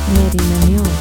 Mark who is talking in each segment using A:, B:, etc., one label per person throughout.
A: Miért így nem jó?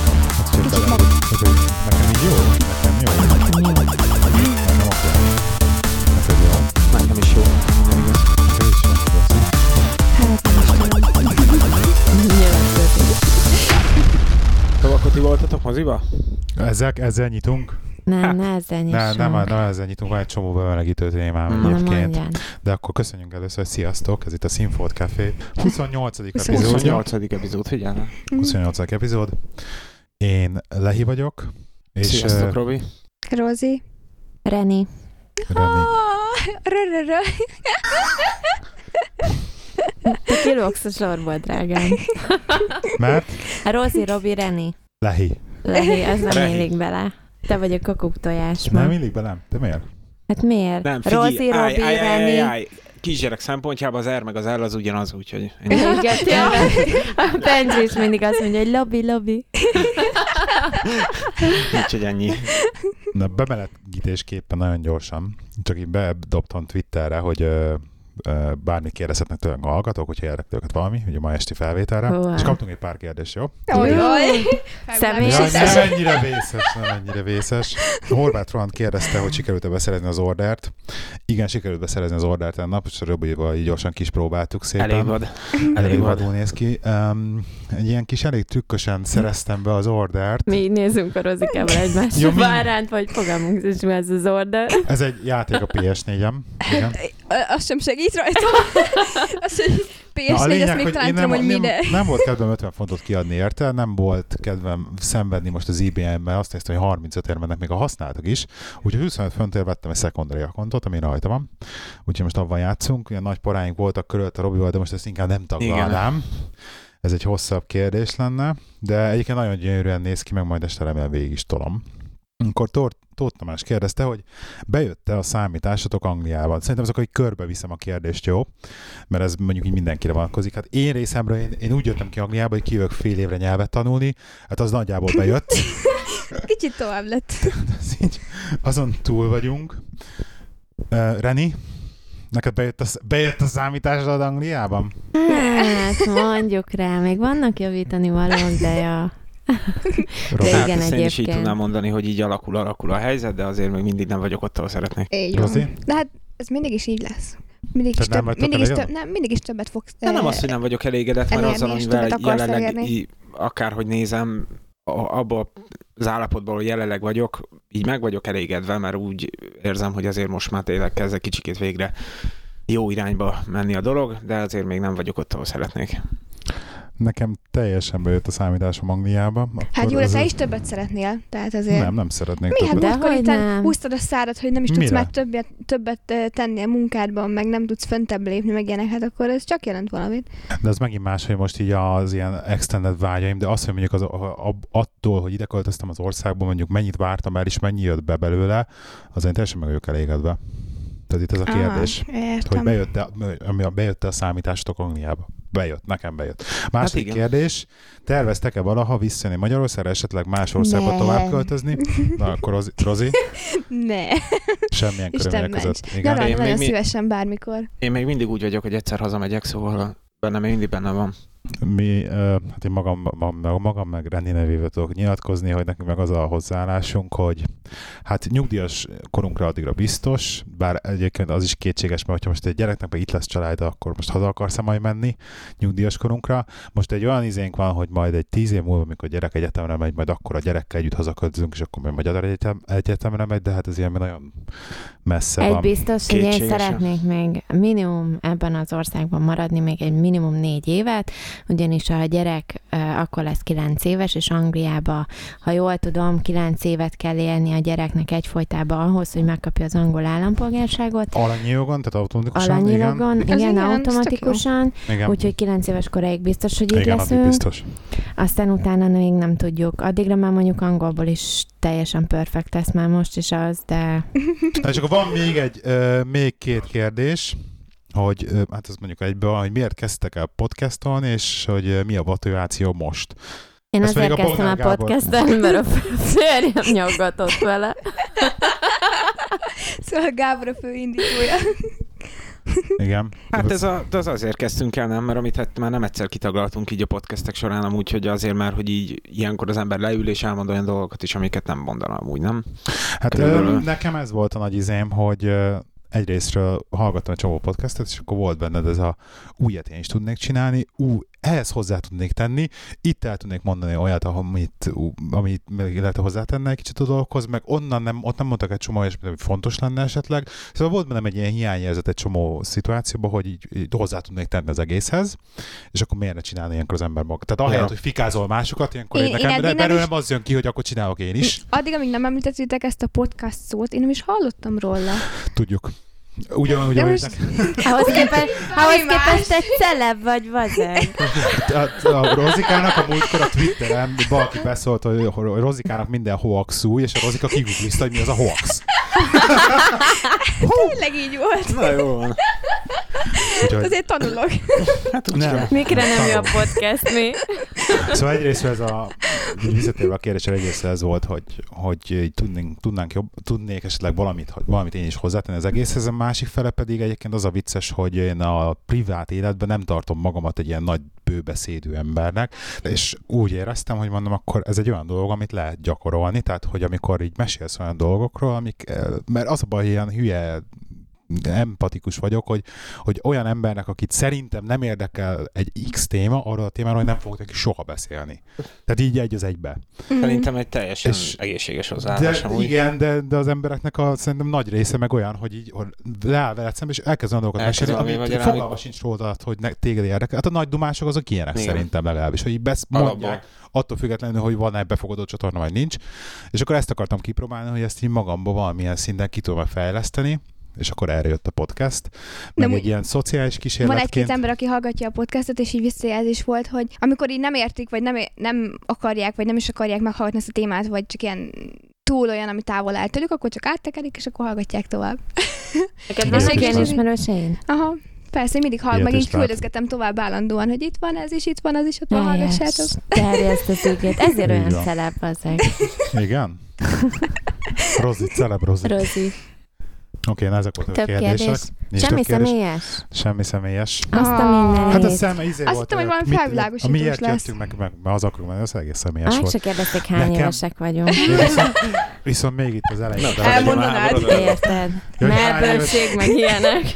B: Nekem így jó? Nekem jó?
A: Nekem jó.
B: Nekem oké. Neked jó?
C: Nekem is jó. Nem igaz.
B: Neked is jó? Köszi.
A: Hát nem is tudom. Nyilván történik.
C: Szóval akkor ti voltatok moziba?
B: Ezzel nyitunk?
A: Nem, ne ezzel nyissunk.
B: Nem ezzel nyitunk, van egy csomó bemelegítő témám egyébként. De akkor köszönjünk először, sziasztok, ez itt a Színfolt Café 28. epizódja.
C: 28. epizód, figyelj.
B: 28. epizód. Én Lehi vagyok. És
C: sziasztok, Robi.
D: Rozi.
A: Reni.
B: Reni.
A: Te kilógsz a sorból, drágám.
B: Mert?
A: Rozi, Robi, Reni.
B: Lehi.
A: Lehi, ez nem
C: Lehi.
A: illik bele. Te vagy a kakuktojás ma.
B: Nem illik belem? De miért?
A: Hát miért?
C: Nem, figyelj.
A: Rozi, Robi, Reni.
C: Kisgyerek szempontjában az R meg az L az ugyanaz, úgyhogy...
A: Igen, a Benji is mindig azt mondja, hogy lobby.
C: Úgyhogy ennyi.
B: Na, bemelegítésképpen nagyon gyorsan, csak így bedobtam Twitterre, hogy bármit kérdezhetnek tőlem a hallgatók, hogyha érdekel őket valami, ugye ma esti felvételre, és kaptunk egy pár kérdést, jó?
D: Jaj.
A: Személyes.
B: Nem ennyire vészes. Horváth Roland kérdezte, hogy sikerült-e beszerezni az ordert. Igen, sikerült beszerezni az ordert ennap, és a Robival így gyorsan kis próbáltuk szépen. Elég vadul néz ki. Egy ilyen kis elég trükkösen szereztem be az ordert.
A: Mi így nézünk a Rozikával egymásra. Váránt vagy fogalmunk, és mi ez az order.
B: Ez egy játék a PS4-em. Igen.
D: Az sem segít rajta. Az, hogy PS4, azt még talán tudom, hogy mire.
B: Nem volt kedvem 50 fontot kiadni érte, nem volt kedvem szenvedni most az IBM-mel, azt néztem, hogy 35 ér mennek, még a használtak is. Úgyhogy 25 fontért vettem egy secondary accountot, ami rajta van. Úgyhogy most abban játszunk. Ilyen nagy poráink voltak körülött a Robival, de most ezt inkább nem taglalnám. Ez egy hosszabb kérdés lenne, de egyébként nagyon gyönyörűen néz ki, meg majd este remélem végig is tolom. Akkor Tóth Tamás kérdezte, hogy bejött-e a számításatok Angliában. Szerintem azok, hogy körbeviszem a kérdést, jó? Mert ez mondjuk így mindenkire vonatkozik. Hát én részemről én úgy jöttem ki Angliába, hogy kijövök fél évre nyelvet tanulni, hát az nagyjából bejött.
D: Kicsit tovább lett.
B: Azon túl vagyunk. Reni? Neked bejött a számításod Angliában?
A: Hát mondjuk rá, még vannak javítani valók, de ja. De igen,
C: hát ezt én is így
A: egyébként.
C: tudnám mondani, hogy így alakul a helyzet, de azért még mindig nem vagyok ott, ahol szeretnék.
D: Így van. De hát ez mindig is így lesz. Mindig is többet fogsz.
C: Nem az, hogy nem vagyok elégedett, mert azzal, amivel jelenleg akárhogy nézem, abban az állapotban, hogy jelenleg vagyok, így meg vagyok elégedve, mert úgy érzem, hogy azért most már tényleg kezd egy kicsikét végre jó irányba menni a dolog, de azért még nem vagyok ott, ahol szeretnék.
B: Nekem teljesen bejött a számításom Angliába.
D: Hát jó, de te is többet szeretnél, tehát azért...
B: Nem szeretnék
D: többet.
B: többet.
D: Hát akkor itt húztad a szádat, hogy nem is tudsz
B: Mire?
D: már többet tenni a munkádban, meg nem tudsz föntebb lépni, meg ilyenek, hát akkor ez csak jelent valamit.
B: De ez megint más, hogy most így az ilyen extended vágyaim, de azt, hogy mondjuk attól, hogy ide költöztem az országba, mondjuk mennyit vártam el, és mennyi jött be belőle, azért teljesen meg vagyok elégedve. Tehát itt ez a kérdés, hogy bejött-e a számításotok Angliába. Nekem bejött. Második kérdés, terveztek-e valaha visszajönni Magyarországra, esetleg más országba tovább költözni? Na, akkor Rozi?
D: Ne.
B: Semmilyen körülmények között.
D: Igen. Nagyon szívesen bármikor.
C: Én még mindig úgy vagyok, hogy egyszer hazamegyek, szóval bennem még mindig benne van.
B: Hát én magam meg Reni nevével tudok nyilatkozni, hogy nekünk meg az a hozzáállásunk, hogy hát nyugdíjas korunkra addigra biztos, bár egyébként az is kétséges, mert hogyha most egy gyereknek meg itt lesz család, akkor most haza akarsz-e majd menni nyugdíjas korunkra. Most egy olyan izénk van, hogy majd egy 10 év múlva, amikor a gyerek egyetemre megy, majd akkor a gyerekkel együtt hazaköltözünk, és akkor majd Magyar Egyetemre megy, de hát ez ilyen nagyon messze van.
A: Egy biztos, hogy én szeretnék még minimum ebben az országban maradni, még egy minimum 4 évet, ugyanis a gyerek akkor lesz 9 éves, és Angliába, ha jól tudom, 9 évet kell élni a gyereknek egyfolytában ahhoz, hogy megkapja az angol állampolgárságot.
B: Alanyi jogon, tehát automatikusan?
A: Alanyi jogon, igen, automatikusan. Úgyhogy 9 éves koráig biztos, hogy itt leszünk.
B: Biztos.
A: Aztán utána még nem tudjuk. Addigra már mondjuk angolból is teljesen perfekt lesz már most is az, de...
B: És akkor van még 2 kérdés. Hogy, hát ez mondjuk egyben, hogy miért kezdtek el podcastolni, és hogy mi a motiváció most.
A: Én azért kezdtem a podcastelni, mert a férjem nyaggatott vele.
D: Szóval Gábor a fő indítója.
B: Igen.
C: Hát ez azért kezdtünk el, nem? Mert amit már nem egyszer kitaglaltunk így a podcastek során amúgy, hogy azért már, hogy így ilyenkor az ember leül és elmond olyan dolgokat is, amiket nem mondaná amúgy, nem?
B: Hát nekem ez volt a nagy izém, hogy egyrésztről hallgattam egy csomó podcastet, és akkor volt benned ez a ilyet én is tudnék csinálni, ehhez hozzá tudnék tenni, itt el tudnék mondani olyat, amit lehet hozzátenni egy kicsit a dolgokhoz, meg ott nem mondtak egy csomó olyasmit, hogy fontos lenne esetleg. Szóval volt bennem egy ilyen hiányérzet egy csomó szituációban, hogy így hozzá tudnék tenni az egészhez, és akkor miért ne csinálni ilyenkor az ember maga. Tehát ahelyett, hogy fikázol másokat, ilyenkor nekem az jön ki, hogy akkor csinálok én is.
D: Addig, amíg nem említettétek ezt a podcast szót, én nem is hallottam róla.
B: Tudjuk. Ugyanúgy,
A: ahhoz képest egy celeb vagy vazeg.
B: A Rozikának a múltkor a Twitteren valaki beszólt, hogy Rozikának minden hoax új, és a Rozika kigooglizta, hogy mi az a hoax.
D: Tényleg így volt.
C: Na jó van.
D: Azért tanulok.
C: Hát
A: mikre nem jó a podcast, mi?
B: Szóval egyrészt ez visszatérve a kérdésre, egyrészt ez volt, hogy tudnék esetleg valamit én is hozzátenni az egészhez, a másik fele pedig egyébként az a vicces, hogy én a privát életben nem tartom magamat egy ilyen nagy bőbeszédű embernek, és úgy éreztem, hogy mondom, akkor ez egy olyan dolog, amit lehet gyakorolni, tehát hogy amikor így mesélsz olyan dolgokról, mert az a baj, ilyen hülye empatikus vagyok, hogy olyan embernek, akit szerintem nem érdekel egy X téma, arról a témáról, hogy nem fogok neki soha beszélni. Tehát így egy az egybe.
C: Szerintem egy teljesen egészséges hozzáállás.
B: Igen, de az embereknek szerintem nagy része meg olyan, hogy így leáll veled szembe, és elkezd olyan dolgokat mesélni, amit fogalma sincs róla, hogy téged érdekel. Hát a nagy dumások azok ilyenek szerintem legalábbis, hogy így mondják, attól függetlenül, hogy van-e befogadó csatorna, vagy nincs. És akkor ezt akartam kipróbálni, hogy ezt így magamban valamilyen szinten ki tudom fejleszteni, és akkor erre jött a podcast. Meg egy ilyen szociális kísérletként.
D: Van egy-két ember, aki hallgatja a podcastot, és így visszajelzés volt, hogy amikor így nem értik, vagy nem akarják, vagy nem is akarják meghallgatni ezt a témát, vagy csak ilyen túl olyan, ami távol áll tőlük, akkor csak áttekerik, és akkor hallgatják tovább.
A: Neked vannak ilyen ismerőseid?
D: Aha. Persze, én mindig hallgatom, meg így küldözgetem tovább állandóan, hogy itt van, ez is itt van, az is ott van, hallgassátok.
A: Terjeszt az ügyét. Ezért olyan celeb azek.
B: Igen? Rozi, celeb Rozi. Oké, ezek voltak a kérdések.
A: Semmi személyes?
B: Semmi személyes.
A: Azt a mindenit.
B: Hát a izé
D: azt
B: volt.
D: hittem, hogy valami felvilágosítós lesz.
B: Miért jöttünk meg, mert az akarunk menni, az egész személyes volt.
A: Csak kérdezték, hány évesek vagyunk.
B: Viszont még itt az elején.
D: Elmondanád.
A: Érted. Melbőség, meg ilyenek.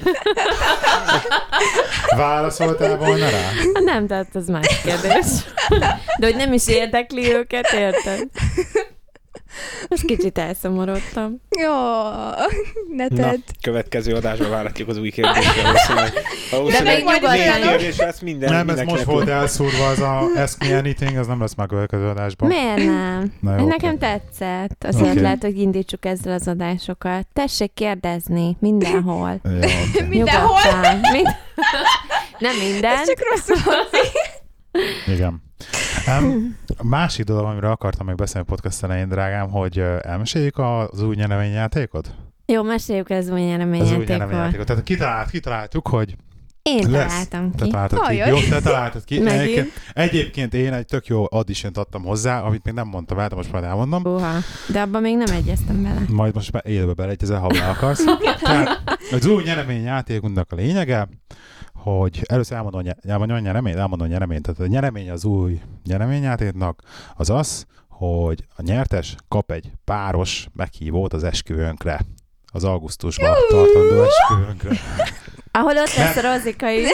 B: Válaszoltál volna rá?
A: Nem, tehát ez más kérdés. De hogy nem is érdekli őket, érted? Most kicsit elszomorodtam.
D: Jó, ne tedd.
C: Na, következő adásban várhatjuk az új kérdésre.
D: De még
C: nyugodtan.
B: Nem, ez most volt elszúrva, az a Ask Me Anything, az nem lesz már következő adásban.
A: Miért nem? Jó, nekem tetszett. Azért lehet, hogy indítsuk ezzel az adásokat. Tessék kérdezni mindenhol.
B: Jó, okay.
D: Mindenhol?
A: Nem minden.
D: Ez csak rosszul hangzik.
B: Igen. A másik dolog, amiről akartam még beszélni a podcast elején, drágám, hogy elmeséljük az új nyereményjátékot?
A: Jó, meséljük az új nyereményjátékot.
B: Tehát kitaláltuk, hogy
A: én találtam ki.
B: Jó, te találtad ki. Egyébként én egy tök jó auditiont adtam hozzá, amit még nem mondtam el, de most majd elmondom.
A: De abban még nem egyeztem bele.
B: Majd most élve beleegyezel, ha be akarsz. Tehát az új nyereményjátékunknak a lényege, hogy először elmondom a nyereményt. Tehát a nyeremény az új nyereményjátéknak az az, hogy a nyertes kap egy páros meghívót az esküvőnkre. Az augusztusban tartandó esküvőnkre.
A: Ahol ott lesz a Rozika is.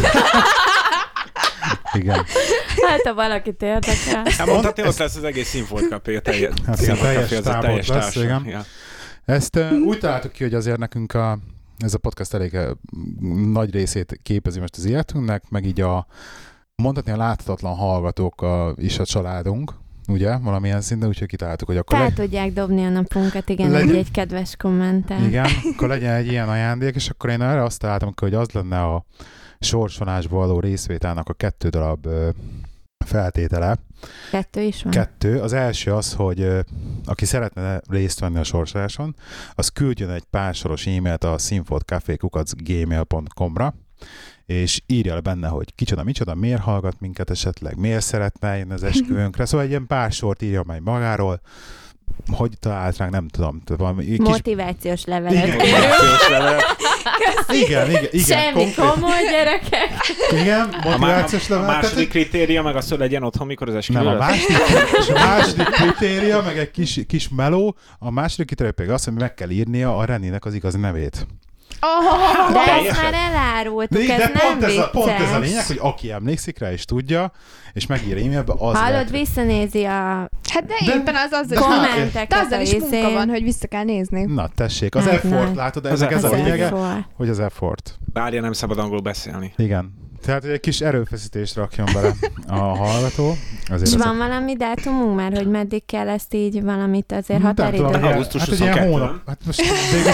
B: Igen.
A: Hát, ha valakit érdekel.
C: Mondhatni, ott lesz az egész Színfolt Café, teljes
B: tábort lesz, igen. Ja. Ezt úgy találtuk ki, hogy azért nekünk ez a podcast elég nagy részét képezi most az életünknek, meg így mondhatni a láthatatlan hallgatók is a családunk, ugye, valamilyen szinten, úgyhogy kitaláltuk, hogy akkor...
A: tudják dobni a napunkat, igen, egy kedves kommentel.
B: Igen, akkor legyen egy ilyen ajándék, és akkor én erre azt találtam, hogy az lenne a sorsolásból való részvételnek a 2 darab feltétele.
A: 2 is van?
B: 2. Az első az, hogy aki szeretne részt venni a sorsoláson, az küldjön egy pársoros e-mailt a színfoltcafé@gmail.com-ra, és írja le benne, hogy micsoda, miért hallgat minket esetleg, miért szeretne jönni az esküvőnkre. Szóval egy ilyen pár sort írja meg magáról, hogy talált ránk, nem tudom.
A: Motivációs levelet.
C: Motivációs levelet.
B: Igen.
A: Semmi komoly gyerekek.
B: Igen, motivációs level.
C: A második kritéria meg az, hogy legyen otthon, mikor az esküvő.
B: Nem, a második kritéria, meg egy kis meló, a második kritéria pedig az, hogy meg kell írnia a Reninek az igazi nevét.
A: De ezt már elárultuk, ez nem vicces.
B: Pont ez a lényeg, hogy aki emlékszik rá és tudja, és megír e-mailbe, az
A: hallod, visszanézi a
D: hát de éppen az
A: kommenteket.
D: De azzal is munka van, hogy vissza kell nézni.
B: Na, tessék, az effort, látod, ez a lényege, hogy az effort.
C: Várja, nem szabad angolul beszélni.
B: Igen. Tehát egy kis erőfeszítést rakjon bele a hallgató.
A: És van valami dátumunk már, hogy meddig kell ezt így valamit azért határidőre?
C: Augusztus 22.
B: Hát egy ilyen hónap. Hát most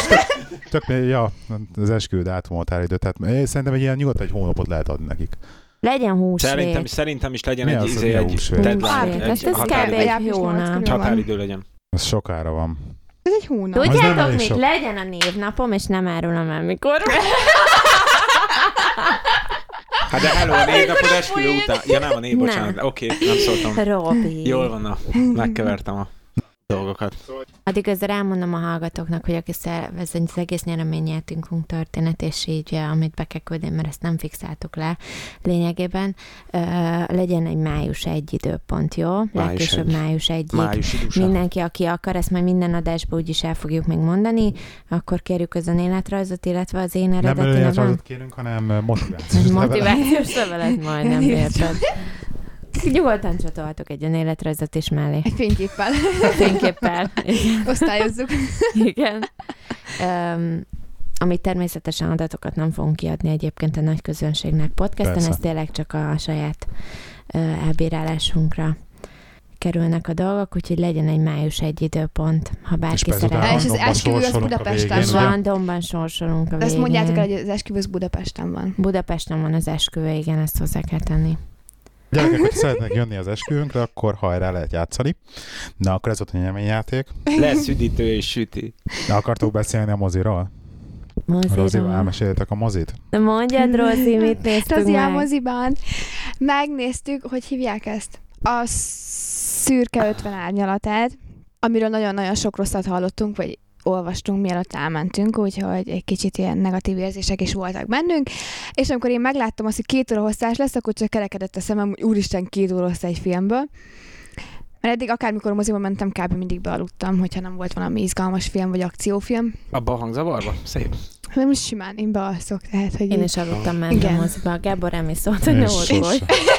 B: az esküvő dátum határidő. Tehát szerintem egy ilyen nyugodt egy hónapot lehet adni nekik.
A: Legyen húsvét.
C: Szerintem is legyen egy
A: deadline. Ez kb. Egy hónap.
C: Határidő legyen.
B: Az sokára van.
D: Ez egy hónap.
A: Tudjátok mit? Legyen a névnapom, és nem árulom el mikor.
C: Hát de hello, a névnapod esküvő után. Ja nem, a név, bocsánat. Oké, nem szóltam.
A: Robi.
C: Jól van, megkevertem a dolgokat.
A: Addig ezzel elmondom a hallgatóknak, hogy aki ez az egész nyereményjátékunk történet, és így, amit be kell küldeni, mert ezt nem fixáltuk le lényegében, legyen egy május 1 időpont, jó? Legkésőbb május 1-ig. Mindenki, aki akar, ezt majd minden adásban úgyis el fogjuk még mondani, akkor kérjük az önéletrajzot, illetve az én eredeti nevem.
B: Nem önéletrajzot kérünk, hanem motivációs
A: levelet majdnem érted. Nyugodtan csatolhatok egy önéletrajzot is mellé.
D: Egy fényképpel.
A: Fényképpel.
D: Osztályozzuk.
A: Igen. Amit természetesen adatokat nem fogunk kiadni egyébként a nagy közönségnek podcasten, ez tényleg csak a saját elbírálásunkra kerülnek a dolgok, úgyhogy legyen egy május 1 időpont, ha bárki szeretne.
D: És az esküvő az Budapesten van.
A: Randomban sorsolunk a végén.
D: Ezt mondjátok el, hogy az esküvő az Budapesten van.
A: Budapesten van az esküvő, igen, ezt hozzá kell tenni.
B: Gyerekek, hogy szeretnek jönni az esküvőnkre, akkor hajrá, lehet játszani. Na, akkor ez volt a nyereményjáték.
C: Lesz üdítő és süti.
B: De akartok beszélni a moziról? Rozi, elmeséljetek a mozit?
A: De mondjad, Rozi, mit néztünk
D: Rozi,
A: meg?
D: a moziban megnéztük, hogy hívják ezt? A Szürke 50 árnyalatát, amiről nagyon-nagyon sok rosszat hallottunk, vagy olvastunk, mielőtt elmentünk, úgyhogy egy kicsit ilyen negatív érzések is voltak bennünk, és amikor én megláttam azt, hogy 2 óra hosszás lesz, akkor csak kerekedett a szemem, hogy úristen, 2 óra hossz egy filmből. Mert eddig akármikor a moziba mentem, kb. Mindig bealudtam, hogyha nem volt valami izgalmas film, vagy akciófilm.
C: Abba a hangzavarba? Szép.
D: De most simán én bealszok, tehát, hogy...
A: Én is aludtam már a moziba. Gábor nem is szólt, hogy ne óvdolj.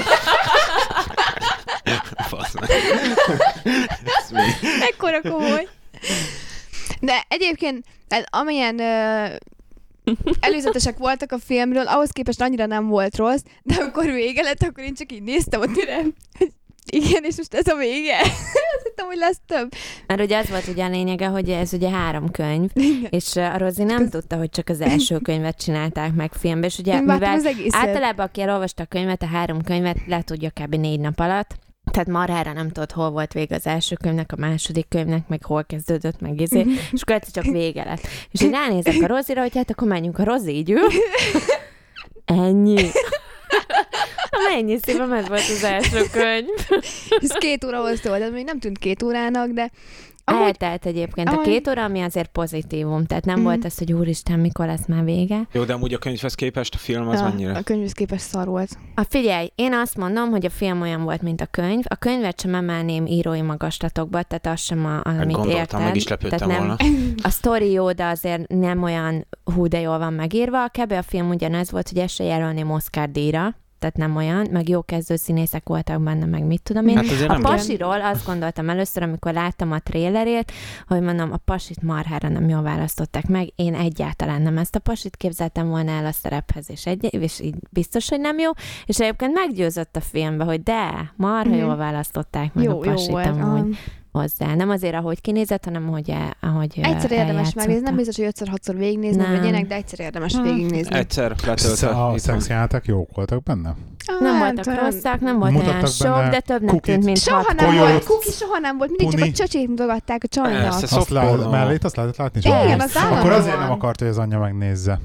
D: Ekkora komoly. De egyébként, amilyen előzetesek voltak a filmről, ahhoz képest annyira nem volt rossz, de amikor vége lett, akkor én csak így néztem a türem. Igen, és most ez a vége. Azt hittem, hogy lesz több.
A: Mert ugye az volt ugye a lényege, hogy ez ugye 3 könyv, és a Rozi nem tudta, hogy csak az első könyvet csinálták meg filmbe, és ugye mivel általában aki elolvasta a könyvet, a 3 könyvet le tudja kb. 4 nap alatt, tehát marhára nem tudod, hol volt vége az első könyvnek, a második könyvnek, meg hol kezdődött, meg és akkor csak vége lett. És így ránézek a Rozira, hogy hát akkor menjünk, a Rozi így ül. Ennyi. Mennyi szívem, ez volt az első könyv.
D: Ez 2 óra hosszú volt, ez még nem tűnt 2 órának, de...
A: Eltelt egyébként a 2 óra, ami azért pozitívum, tehát nem volt az, hogy úristen, mikor lesz már vége.
C: Jó, de amúgy a könyvhez képest a film az mennyire?
D: A könyvhez képest szar volt.
A: Figyelj, én azt mondom, hogy a film olyan volt, mint a könyv. A könyvet sem emelném írói magaslatokba, tehát az sem, amit érted.
C: Meg is lepődtem volna.
A: A sztori jó, de azért nem olyan hú, de jól van megírva. Kb. A film ugyanez volt, hogy ezt se jelölném Oscar-díjra. Tehát nem olyan, meg jó kezdő színészek voltak benne, meg mit tudom én. Hát a pasiról azt gondoltam először, amikor láttam a trélerét, hogy mondom, a pasit marhára nem jól választották meg. Én egyáltalán nem ezt a pasit képzeltem volna el a szerephez, és így biztos, hogy nem jó. És egyébként meggyőzött a filmbe, hogy de, marha jól választották meg a pasit amúgy hozzá. Nem azért, ahogy kinézett, hanem ahogy
D: egyszer érdemes megnézni, nem biztos, hogy 5-6-szor végignézni, vagy ilyenek, de egyszer érdemes végignézni.
C: Egyszer letöltve.
B: A szexjáték jók voltak benne?
A: Nem voltak rosszak, nem volt olyan sok, de többnek tűnt, mint 6.
D: Kuki soha nem volt, mindig csak a csöcsét mutogatták a csajnak.
B: Mellét azt lehetett látni?
D: Igen, az
B: akkor azért nem akart, hogy az anyja megnézze.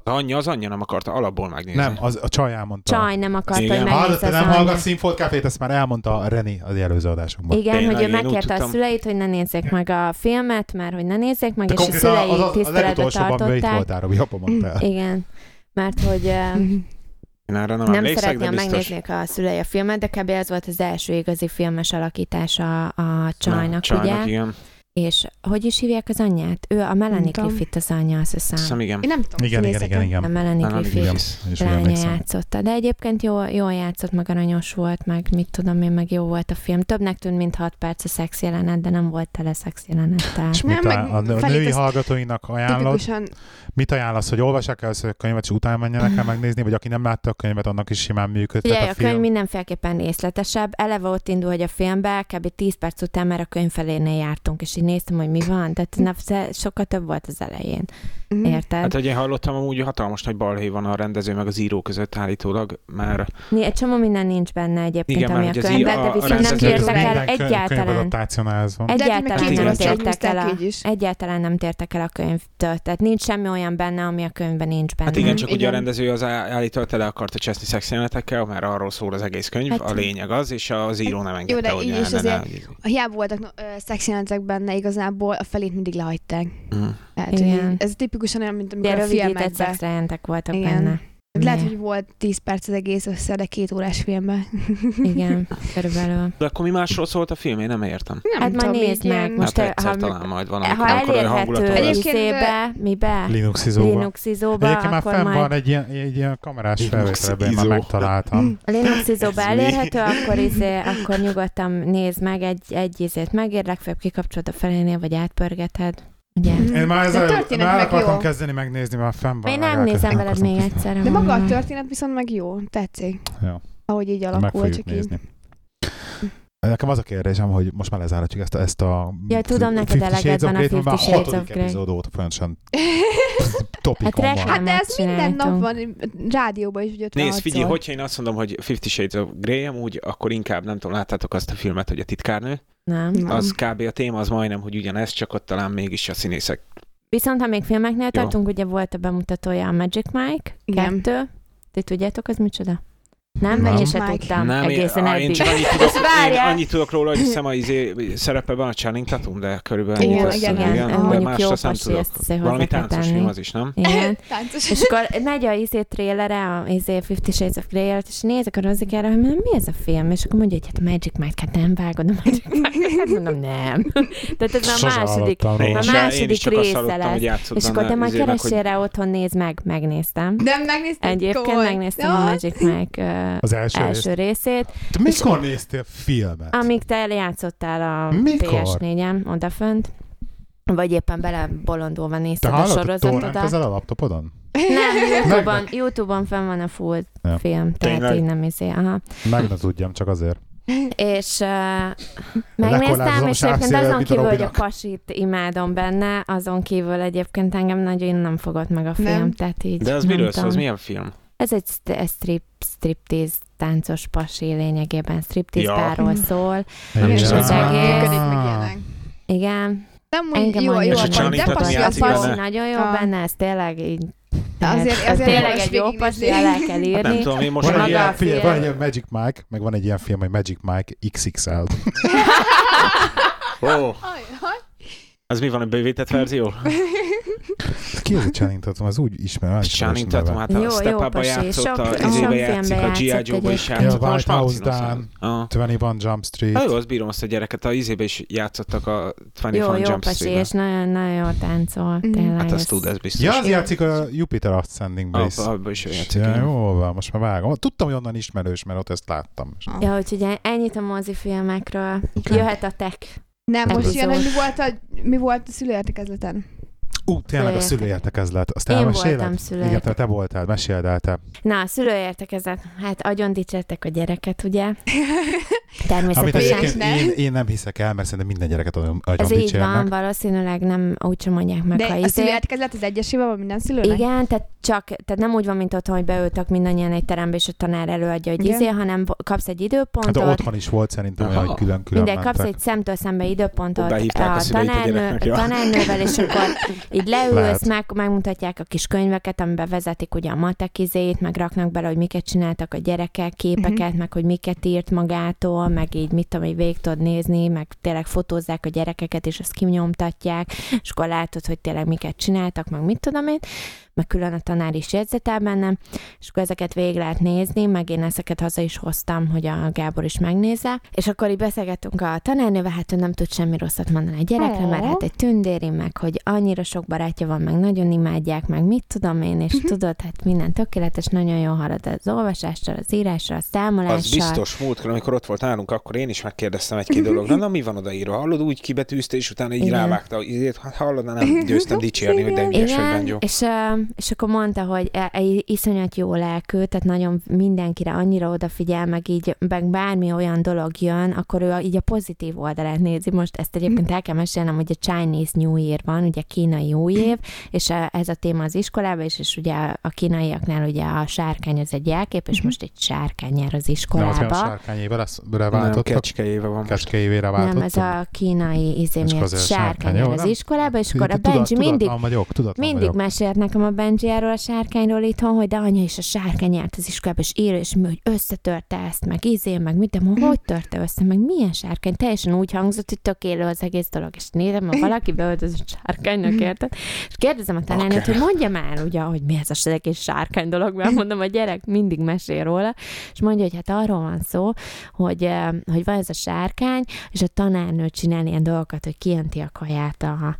C: Az anyja nem akarta alapból megnézni.
B: Nem, a csaj elmondta.
A: Csaj nem akarta,
C: igen.
A: hogy megnézze az
B: nem
A: anyja.
B: hallgat Színfolt Cafét, ezt már elmondta a Reni az előző adásunkban.
A: Igen,
C: Tényleg,
A: hogy ő
C: én
A: megkérte
C: úgy
A: a szüleit, hogy ne nézzék meg a filmet, mert hogy ne nézzék meg,
B: De
A: és a
B: konkrétan
A: szülei
B: a
A: tiszteletbe
B: legutolsóban itt
A: tartották.
B: voltál, Robi, abban mondtál.
A: Igen, mert hogy
C: Én erre nem
A: nem
C: emlékszek,
A: szeretném
C: de biztos.
A: megnéznék a szülei a filmet, de kb. Ez volt az első igazi filmes alakítása a csajnak,
C: Csajnak,
A: ugye?
C: igen.
A: És hogy is hívják az anyját? Ő a Melanie
D: tudom.
A: Griffith az anyja, azt hiszem.
C: Hiszem, igen.
D: Én nem tudom,
B: Igen.
A: A Melanie
C: Melanie
A: Griffith
C: Griffith.
A: lánya játszotta. De egyébként jól játszott, meg aranyos volt, meg mit tudom én, meg jó volt a film. Többnek tűnt, mint 6 perc a szex jelenet, de nem volt tele szex jelenettel.
B: És
D: Nem, meg
B: a
D: felét
B: női
D: azt
B: hallgatóinak ajánlod?
D: Tipikusan
B: Mit ajánlasz, hogy olvassák el a könyvet, és utána menjenek el megnézni, vagy aki nem látta a könyvet, annak is simán működhet
A: Ugye,
B: a
A: a könyv
B: film?
A: mindenféleképpen részletesebb. Eleve ott indul, hogy a filmbe kb. 10 perc után már a könyv felénél jártunk, és így néztem, hogy mi van. Tehát sokkal több volt az elején. Érted?
C: Hát, hogy én hallottam, amúgy hatalmas nagy balhé van a rendező meg az író között állítólag, mert
A: Egy csomó minden nincs benne egyébként,
C: Igen,
A: ami a
C: mert hogy az
A: könyvben,
C: ír-
A: de
C: a
A: viszont nem
C: rendező-
A: tértek el
B: Minden
A: egyáltalán.
B: könyvadaptációnál ez van.
A: Egyáltalán
C: igen,
A: nem
C: csak
A: tértek el
D: húzták így is.
A: egyáltalán nem tértek el a könyvtől. Tehát nincs semmi olyan benne, ami a könyvben nincs benne.
C: hát igen, csak ugye a
D: Igen.
C: rendező az állítólag tele akarta cseszni szexjelenetekkel, mert arról szól az egész könyv,
A: Hát-
C: a lényeg az, és az író nem engedte,
D: Jó, de
C: hogy
D: így is
C: ne.
D: azért- Hiába voltak szexjelenetek benne, igazából a felét mindig lehagyták. Hát,
A: Igen.
D: ez tipikusan olyan, mint amikor
A: De
D: a
A: rövidített
D: filmekben.
A: szexjelentek voltak
D: Igen.
A: benne.
D: Lehet,
A: Igen.
D: hogy volt 10 perc az egész össze, de 2 órás filmben.
A: Igen, körülbelül.
C: De akkor mi másról szólt a film? Én nem értem.
D: Nem
A: Hát majd
D: tudom,
A: nézd
D: így
A: meg.
D: ilyen-
A: Most
C: Hát egyszer
A: ha
C: talán majd van, amikor
A: elérhető
C: olyan hangulat lesz.
D: Egyébként-
A: izébe, mibe?
B: Linuxizóba.
A: Linuxizóba,
B: Egyébként már
A: akkor
B: fenn
A: majd
B: van egy ilyen kamerás felvételben, én már
C: Linuxizó.
B: megtaláltam.
A: a Linuxizóba
C: Ez mi?
A: elérhető, akkor nyugodtan nézd meg, egy izét megér, legfeljebb kikapcsolod a felénél, vagy átpörgeted. Ugye?
B: Én már
D: De
B: ezzel
D: történet
B: el
D: meg
B: akartam
D: jó.
B: kezdeni megnézni, mert fenn van.
A: Én nem nézem veled még egyszer.
D: De maga a történet viszont meg jó, tetszik.
B: Jó.
D: Ahogy így
B: Meg
D: alakul,
B: fogjuk
D: csak így.
B: nézni. Nekem az a kérdésem, hogy most már lezáratjuk ezt a...
A: Ja, tudom, neked eleged van a 50 Shades of Grey.
B: epizód óta folyamatosan
A: Hát
B: topikon van.
A: reklám.
D: Hát de ez minden nap
A: csináltunk.
D: van rádióban is, hogy 56
C: Nézd, figyelj, hogyha én azt mondom, hogy 50 Shades of Grey amúgy, akkor inkább, nem tudom, láttátok azt a filmet, hogy a titkárnő?
A: Nem.
D: Nem.
C: Az kb. A téma az majdnem, hogy ugyanez, csak ott talán mégis a színészek.
A: Viszont ha még filmeknél
C: Jó.
A: tartunk, ugye volt a bemutatója a Magic Mike
D: Igen.
A: 2. Ti tudjátok, az micsoda? Nem?
B: Nem.
A: Én se
D: Mike.
A: tudtam
C: Nem,
A: egészen
C: én
A: eddig.
C: csak annyit tudok, én
A: Várjál.
C: annyit tudok róla, hogy hiszem a szerepe van a Channing Tatum, de körülbelül
D: Igen,
C: ennyit
D: igen,
C: azt-
D: igen.
C: de
A: Mondjuk
C: más
A: jó
C: azt nem
A: pasi,
C: tudok.
A: ezt azért
C: Valami
A: hozzá kell
C: táncos
A: tenni.
C: film az is, nem?
A: Igen.
D: Táncos.
A: És akkor megy a trélere, a 50 Shades of Grey előtt, és nézek a Rozikára, hogy mondom, mi ez a film? És akkor mondja, hogy hát a Magic Mike, hát nem vágod a Magic Mike. Hát mondom, nem. Tehát ez a
B: Sose
A: második,
B: hallottam róla.
A: a
C: Én is
A: második
C: csak azt
A: része
C: hallottam, hogy
A: lesz.
C: játszott
A: És akkor te
C: benne
A: majd
C: izének,
A: keressél rá otthon, nézd meg, megnéztem.
D: Nem megnézted?
A: Egyébként
D: Komoly.
A: megnéztem a Magic Mike
B: Az első
A: részét,
B: Te mikor néztél filmet?
A: amíg te játszottál a
B: Mikor?
A: PS4-en odafönt, vagy éppen belebolondulva
B: Te
A: nézted a
B: hallottad
A: sorozatot.
B: torrentezel a laptopodon?
A: Nem, YouTube-on fenn van a full
B: Ja.
A: film, tehát
C: Tényleg?
A: így nem izé. Aha.
B: Meg ne tudjam, csak azért.
A: És megnéztem,
B: Lekollázom
A: és
B: a
A: egyébként
B: sávszélel,
A: azon
B: mint a
A: kívül, hogy a
B: Robinak.
A: pasit imádom benne, azon kívül egyébként engem nagyon nem fogott meg a film,
D: Nem.
A: tehát így
C: De az
A: nem
C: miről szól? Az
A: tudom.
C: milyen film?
A: Ez egy striptease táncos pasi lényegében, striptease
C: Ja.
A: párról szól.
B: Igen.
A: És az
D: Hogy
A: egész-
D: működik meg ilyenek.
A: Igen.
D: Nem úgy
A: Engem
D: jó,
A: annyira
D: jó,
C: És a Channing
D: de
C: Tatum
D: pasi az
C: játszik
A: A
D: jó.
A: pasi
C: benne?
A: nagyon jó
D: Ah.
A: benne, ez tényleg így...
D: Azért
A: ez tényleg
D: érdemes
A: egy jó
D: végignézni.
A: pasi, el el kell
C: Hát
A: írni.
C: nem tudom, én most
B: Van egy,
A: maga
B: ilyen,
A: a
B: figyelj,
A: film.
B: van egy ilyen Magic Mike, meg van egy ilyen film, hogy Magic Mike XXL.
C: Ó, az mi van, a bővített verzió?
B: Ki az a Channing Tatum? Az úgy ismerem.
C: Channing Tatum, hát
A: Jó,
C: a
A: jó
C: Step Up-ba
A: pasi,
C: játszott,
A: sok-
C: a
A: sok
C: izébe
A: filmben
C: játszik, a G.I.
A: játszott
C: Joe-ba is
A: egyébként.
C: játszott.
B: Ja,
C: Most
B: White House
C: Martinos.
B: Down. 21 Jump Street.
C: Hát jó, azt bírom azt a gyereket, a izébe is játszottak a 21
A: Jó, jó
C: Jump
A: pasi,
C: Street-ben.
A: és nagyon jó táncol,
D: Mm.
A: tényleg.
C: Hát
A: ez-
C: azt tud, ez biztos.
B: Ja, az játszik a Jupiter Ascendingbe is.
C: Abba is ő játszik.
B: Ja,
C: igen.
B: jó van, most már vágom. Tudtam, hogy onnan ismerős, mert ott ezt láttam.
A: Ja, úgyhogy ennyit a mozifilmekről.
B: Okay.
A: Jöhet a tech.
D: Nem, most
A: Epizód.
D: jön, hogy mi volt a szülőértekezleten.
B: Tényleg a szülőértekezlet. Azt
A: Én
B: elmeséled?
A: voltam szülőértek.
B: Igen, te voltál, meséld el te.
A: Na, a szülőértekezet. Hát agyon dicsértek a gyereket, ugye?
B: Amit
A: Természetesen.
B: egyébként én nem hiszek el, mert szerintem minden gyereket agyon
A: Ez így van,
B: dicsérnek.
A: valószínűleg nem úgy sem mondják meg,
D: De
A: ha
D: a szülőértekezlet az egyesével van minden szülőnek?
A: Igen, tehát nem úgy van, mint otthon, hogy beültök mindannyian egy terembe, és a tanár előadja, hogy
D: Igen.
A: hanem kapsz egy
B: Hát
A: időpontot,
B: otthon is volt szerintem olyan,
C: Aha.
B: hogy külön-külön
A: mindegy, kapsz
B: mentek.
A: egy szemtől szembe időpontot
C: Behívták a szüleit a gyereknek, ja.
A: tanárnővel, és így leülsz, megmutatják a kis könyveket, amiben vezetik ugye a matekizét, meg raknak bele, hogy miket csináltak a gyerekek, képeket, meg hogy miket írt magától, meg így mit tudom, hogy végig tudod nézni, meg tényleg fotózzák a gyerekeket, és azt kinyomtatják, és akkor látod, hogy tényleg miket csináltak, meg mit tudom én, meg külön a tanár is jegyzetel bennem, és akkor ezeket végig lehet nézni, meg én ezeket haza is hoztam, hogy a Gábor is megnézze, és akkor így beszélgettünk a tanárnővel, hát ő nem tud semmi rosszat mondani a gyerekre, mert hát egy tündéri, meg hogy annyira sok barátja van, meg nagyon imádják, meg mit tudom én, és tudod, hát minden tökéletes, nagyon jól halad az olvasással, az írással, a számolással.
C: Az biztos múltkor, amikor ott volt nálunk, akkor én is megkérdeztem egy-két dologra, na mi van odaírva, hallod, úgy kibetűzte, és utána így rávágta, hát hallod, nem győztem dicsérni, hogy de ügyes, hogy Bengyó.
A: És akkor mondta, hogy iszonyat jó lelkű, tehát nagyon mindenkire annyira odafigyel, meg így meg bármi olyan dolog jön, akkor ő így a pozitív oldalát nézi. Most ezt egyébként el kell mesélnem, hogy a Chinese New Year van, ugye kínai új év, és ez a téma az iskolában is, és ugye a kínaiaknál ugye a sárkány az egy jelkép, és most egy sárkány jár az iskolába.
B: Nem, az a sárkányévre váltottak?
C: Kecskejével van.
B: Kecskejévére váltottak?
A: Nem, ez a kínai miatt sárkány jár az iskolába, és akkor a Benji mindig mesélt nekem a Benjiáról, a sárkányról itthon, hogy de anya is a sárkány járt az iskolába, és írja, és mi, hogy összetörte ezt, meg meg mit, de hogy törte össze, meg milyen sárkány? Teljesen úgy hangzott, hogy tök élő az egész dolog, és nézem, ha valaki beöltözött sárkánynak, érted? És kérdezem a tanárnőt, hogy mondja már, ugye, hogy mi ez az egész sárkány dolog, mert mondom, a gyerek mindig mesél róla, és mondja, hogy hát arról van szó, hogy van ez a sárkány, és a tanárnő csinál ilyen dolgokat, hogy kijönti a kaját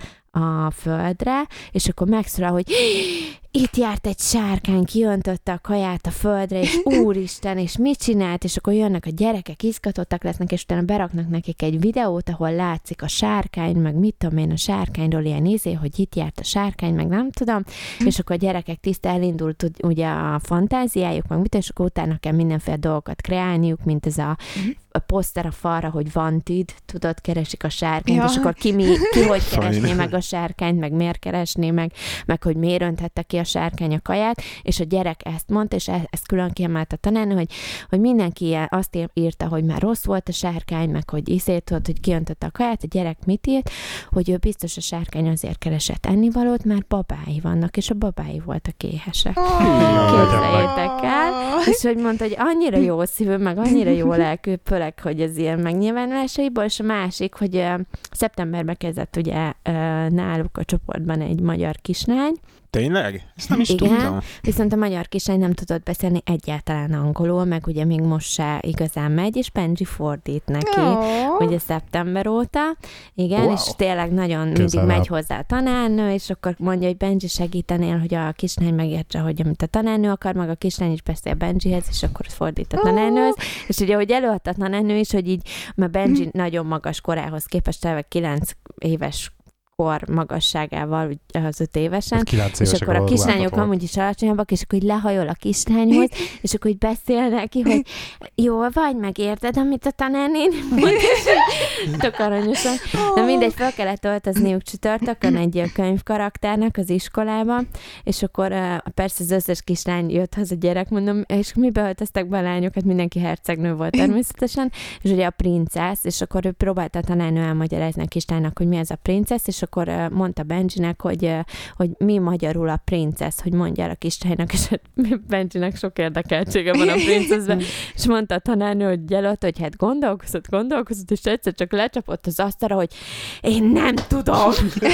A: a földre, és akkor megszólal, hogy itt járt egy sárkány, kiöntötte a kaját a földre, és úristen, és mit csinált, és akkor jönnek a gyerekek, izgatottak lesznek, és utána beraknak nekik egy videót, ahol látszik a sárkány, meg mit tudom én a sárkányról ilyen hogy itt járt a sárkány, meg nem tudom, és akkor a gyerekek tiszta elindult ugye a fantáziájuk, meg mit, és akkor utána kell mindenféle dolgokat kreálniuk, mint ez a poszter a falra, hogy wanted, tudod, keresik a sárkányt, és akkor ki hogy keresné meg a sárkányt, meg miért keresné meg hogy miért önthette ki a sárkány a kaját, és a gyerek ezt mondta, és ezt külön kiemelt a tanárnő, hogy mindenki azt írta, hogy már rossz volt a sárkány, meg hogy hogy kiöntötte a kaját, a gyerek mit írt, hogy ő biztos a sárkány azért keresett ennivalót, mert babái vannak, és a babái voltak éhesek. Képzeljétek el, és hogy mondta, hogy annyira jó szívű, meg annyira jó lelkű, főleg, hogy ez ilyen megnyilvánulásaiból, és a másik, hogy szeptemberben kezdett ugye náluk a csoportban egy magyar kislány.
C: Tényleg? Ezt nem is
A: igen,
C: tudtam.
A: Viszont a magyar kislány nem tudott beszélni egyáltalán angolul, meg ugye még most se igazán megy, és Benji fordít neki, ugye szeptember óta. Igen, és tényleg nagyon mindig megy hozzá a tanárnő, és akkor mondja, hogy Benji segítenél, hogy a kislány megértse, hogy amit a tanárnő akar, meg a kislány is beszél Benjihez, és akkor fordít a tanárnőhöz. És ugye, hogy előadta a tanárnő is, hogy így, mert Benji nagyon magas korához képest, 9 éves kor magasságával, az 5 évesen, és akkor a kislányok amúgy is alacsonyabbak, és akkor így lehajol a kislányhoz, és akkor így beszél neki, hogy jól vagy, megérted, amit a tanárnéni mond, tök aranyosan. De mindegy, fel kellett öltözniük csütörtökön egy könyvkarakternek az iskolába, és akkor persze az összes kislány jött haza, gyerek, mondom, és mi beöltöztek be a lányokat, mindenki hercegnő volt természetesen, és ugye a princesz, és akkor ő próbálta a tanárnő elmagyarázni a kislánynak, hogy mi ez a princesz, és akkor mondta Benjinek, hogy mi magyarul a princesz, hogy mondja el a kislánynak, és Benjinek sok érdekeltsége van a princeszben, és mondta a tanárnő, hogy jelölt, hogy hát gondolkozott, és egyszer csak lecsapott az asztalra, hogy én nem tudom.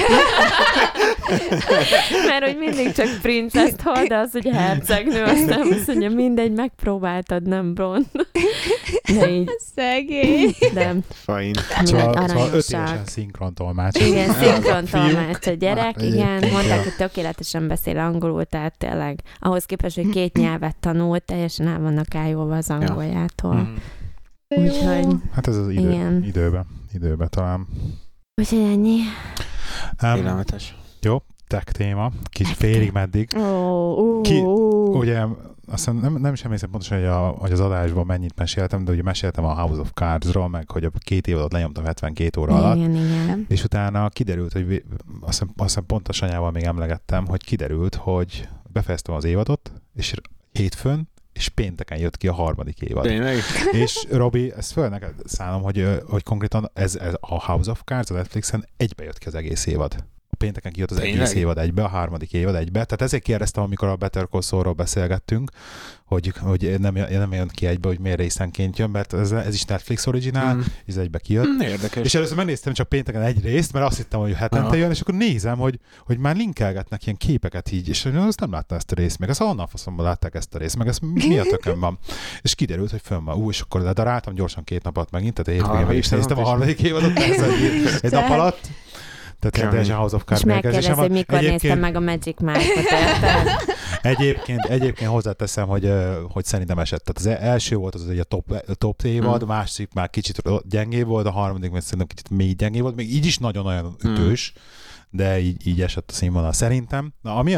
A: Mert hogy mindig csak princeszt hall, de az, hogy a hercegnő, azt nem, azt mondja, mindegy, megpróbáltad, nem Bron. De így.
D: Szegény.
A: De
C: fajn.
B: Szóval 5 évesen szinkrontolmács.
A: Igen, szinkrontolmács a gyerek, igen, mondták, hogy tökéletesen beszél angolul, tehát tényleg ahhoz képest, hogy 2 nyelvet tanult, teljesen el vannak ájulva az angoljától. Úgyhogy...
B: Hát ez az időben talán.
A: Úgyhogy ennyi.
C: Élelmetes.
B: Jó, tech téma, kis félig meddig. Ugye aztán nem is emlékszem pontosan, hogy az adásban mennyit meséltem, de ugye meséltem a House of Cards-ról, meg hogy a 2 évadot lenyomtam 72 óra alatt.
A: Igen.
B: És utána kiderült, hogy azt hiszem pontos anyával még emlegettem, hogy kiderült, hogy befejeztem az évadot, és hétfőn, és pénteken jött ki a 3. évad.
C: Tényleg?
B: És Robi, ezt föl neked szállom, hogy konkrétan ez a House of Cards a Netflixen egybe jött ki az egész évad. pénteken kijött az egész évad egybe, a 3. évad egybe. Tehát ezért kérdeztem, amikor a Better Call Saulról beszélgettünk, hogy nem jön ki egybe, hogy miért részenként jön, mert ez is Netflix originál, ez egybe kijött.
C: Érdekes.
B: És először megnéztem csak pénteken egy részt, mert azt hittem, hogy hetente jön, és akkor nézem, hogy már linkelgetnek ilyen képeket így, és azt nem láttam ezt a részt, meg ezt honnan faszomban látták ezt a részt, meg ez mi a tököm van. És kiderült, hogy fönn van. És akkor ledaráltam gyorsan 2 napot megint, tehát hétvégén meg is néztem a 3. évadot, egy nap alatt. Tehát teljesen House of Cards
A: megkérdez, hogy mikor néztem meg a Magic Mike-ot.
B: Egyébként hozzáteszem, hogy szerintem esett. Tehát az első volt az egy a top évad, a másik már kicsit gyengébb volt, a harmadik meg szerintem kicsit még gyengébb volt, még így is nagyon-nagyon ütős, de így esett a színvonal szerintem. Na, ami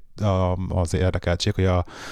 B: az érdekeltség, hogy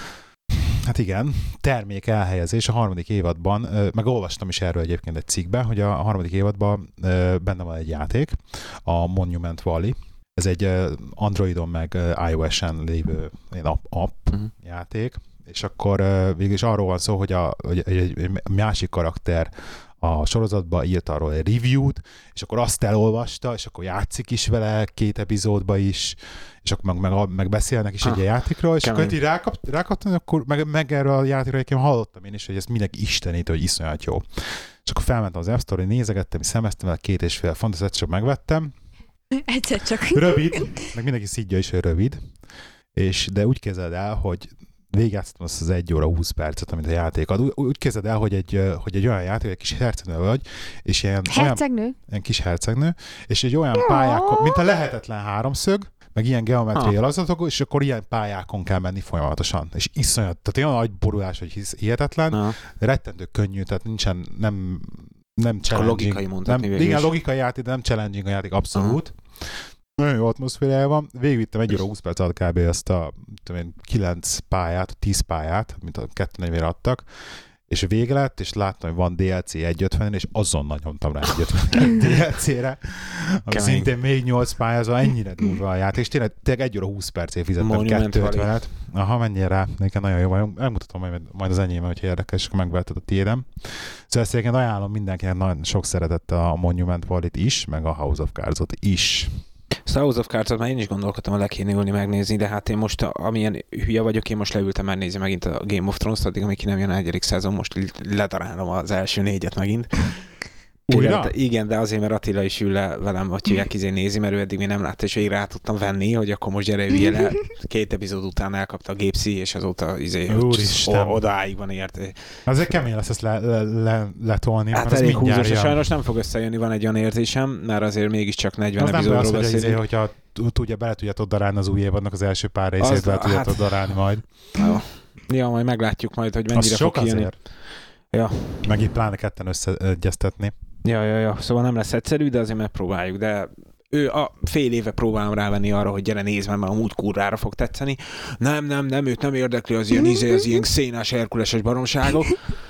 B: hát igen, termék elhelyezés a 3. évadban, meg olvastam is erről egyébként egy cikkben, hogy a 3. évadban benne van egy játék, a Monument Valley. Ez egy Androidon meg iOS-en lévő app játék, és akkor végül is arról van szó, hogy egy másik karakter a sorozatban írt arról egy review-t, és akkor azt elolvasta, és akkor játszik is vele 2 epizódba is, és akkor meg beszélnek is egy játékról, és akkor így rákaptam, akkor meg erről a játékról egyébként hallottam én is, hogy ez mindenki istenít, hogy iszonyat jó. És akkor felmentem az App Store-ra, nézegettem, és szemeztem el 2,5 fontot, ezt csak megvettem.
D: Egyszer csak.
B: Rövid, meg mindenki szidja is, hogy rövid, de úgy képzeld el, hogy végigjátszottam azt az 1 óra 20 percet, amit a játék ad. Úgy képzeld el, hogy egy olyan játék, egy kis hercegnő vagy, és ilyen kis hercegnő, és egy olyan pályákon, mint a lehetetlen háromszög, meg ilyen geometriai alakzatok, és akkor ilyen pályákon kell menni folyamatosan. És iszonyat, tehát olyan nagy borulás, hogy hihetetlen, rettentő könnyű, tehát nincsen, nem challenging.
C: A logikai mondhatni végül is.
B: Igen, logikai játék, de nem challenging a játék, abszolút. Nagyon jó atmoszférája van. Végigvittem 1 óra 20 perc alatt kb. Ezt a 9 pályát, 10 pályát, mint a 2-4-re adtak, és vége lett, és láttam, hogy van DLC 1.50, és azonnal nyomtam rá 1.50 DLC-re, ami szintén még 8 pályázva, ennyire durva a játék, és tényleg 1 óra 20 percért fizettem 2.50-et. Aha, menjél rá, nekem nagyon jó, elmutatom majd az enyém, hogyha érdekes, és akkor megveheted a tiédem. Szóval ezt egyébként ajánlom mindenkinek nagyon sok szeretettel a Monument Valley-t is, meg a House of Cards-ot is.
C: Szóval House of Cards-ot már én is gondolkodtam, le kéne ülni megnézni, de hát én most, amilyen hülye vagyok, én most leültem megnézni megint a Game of Thrones-t, addig, amíg ki nem jön a 1. szezon, most ledarálom az első 4-et megint.
B: Újra?
C: Igen, de azért, mert Attila is ül le velem, hogy hívják, nézi, mert ő eddig még nem látta, és végre rá tudtam venni, hogy akkor most gyere, ülje le. 2 epizód után elkapta a gépszi, és azóta odáig van érte.
B: Azért kemény lesz ezt letolni.
C: Hát elég húzós, sajnos nem fog összejönni, van egy olyan érzésem, mert azért mégiscsak 40 epizódról beszélünk.
B: Hogyha bele tudjátok darálni az új évadnak az első pár részét, bele tudjátok darálni majd.
C: Ja, majd meglátjuk majd, hogy mennyire fog kijönni. Ja.
B: Meg itt pláne ketten összeegyeztetni.
C: Ja. Szóval nem lesz egyszerű, de azért megpróbáljuk. De ő a fél éve próbálom rávenni arra, hogy gyere nézd, mert amúgy kurvára fog tetszeni. Nem, őt nem érdekli az ilyen szénás, herkuleses baromságok.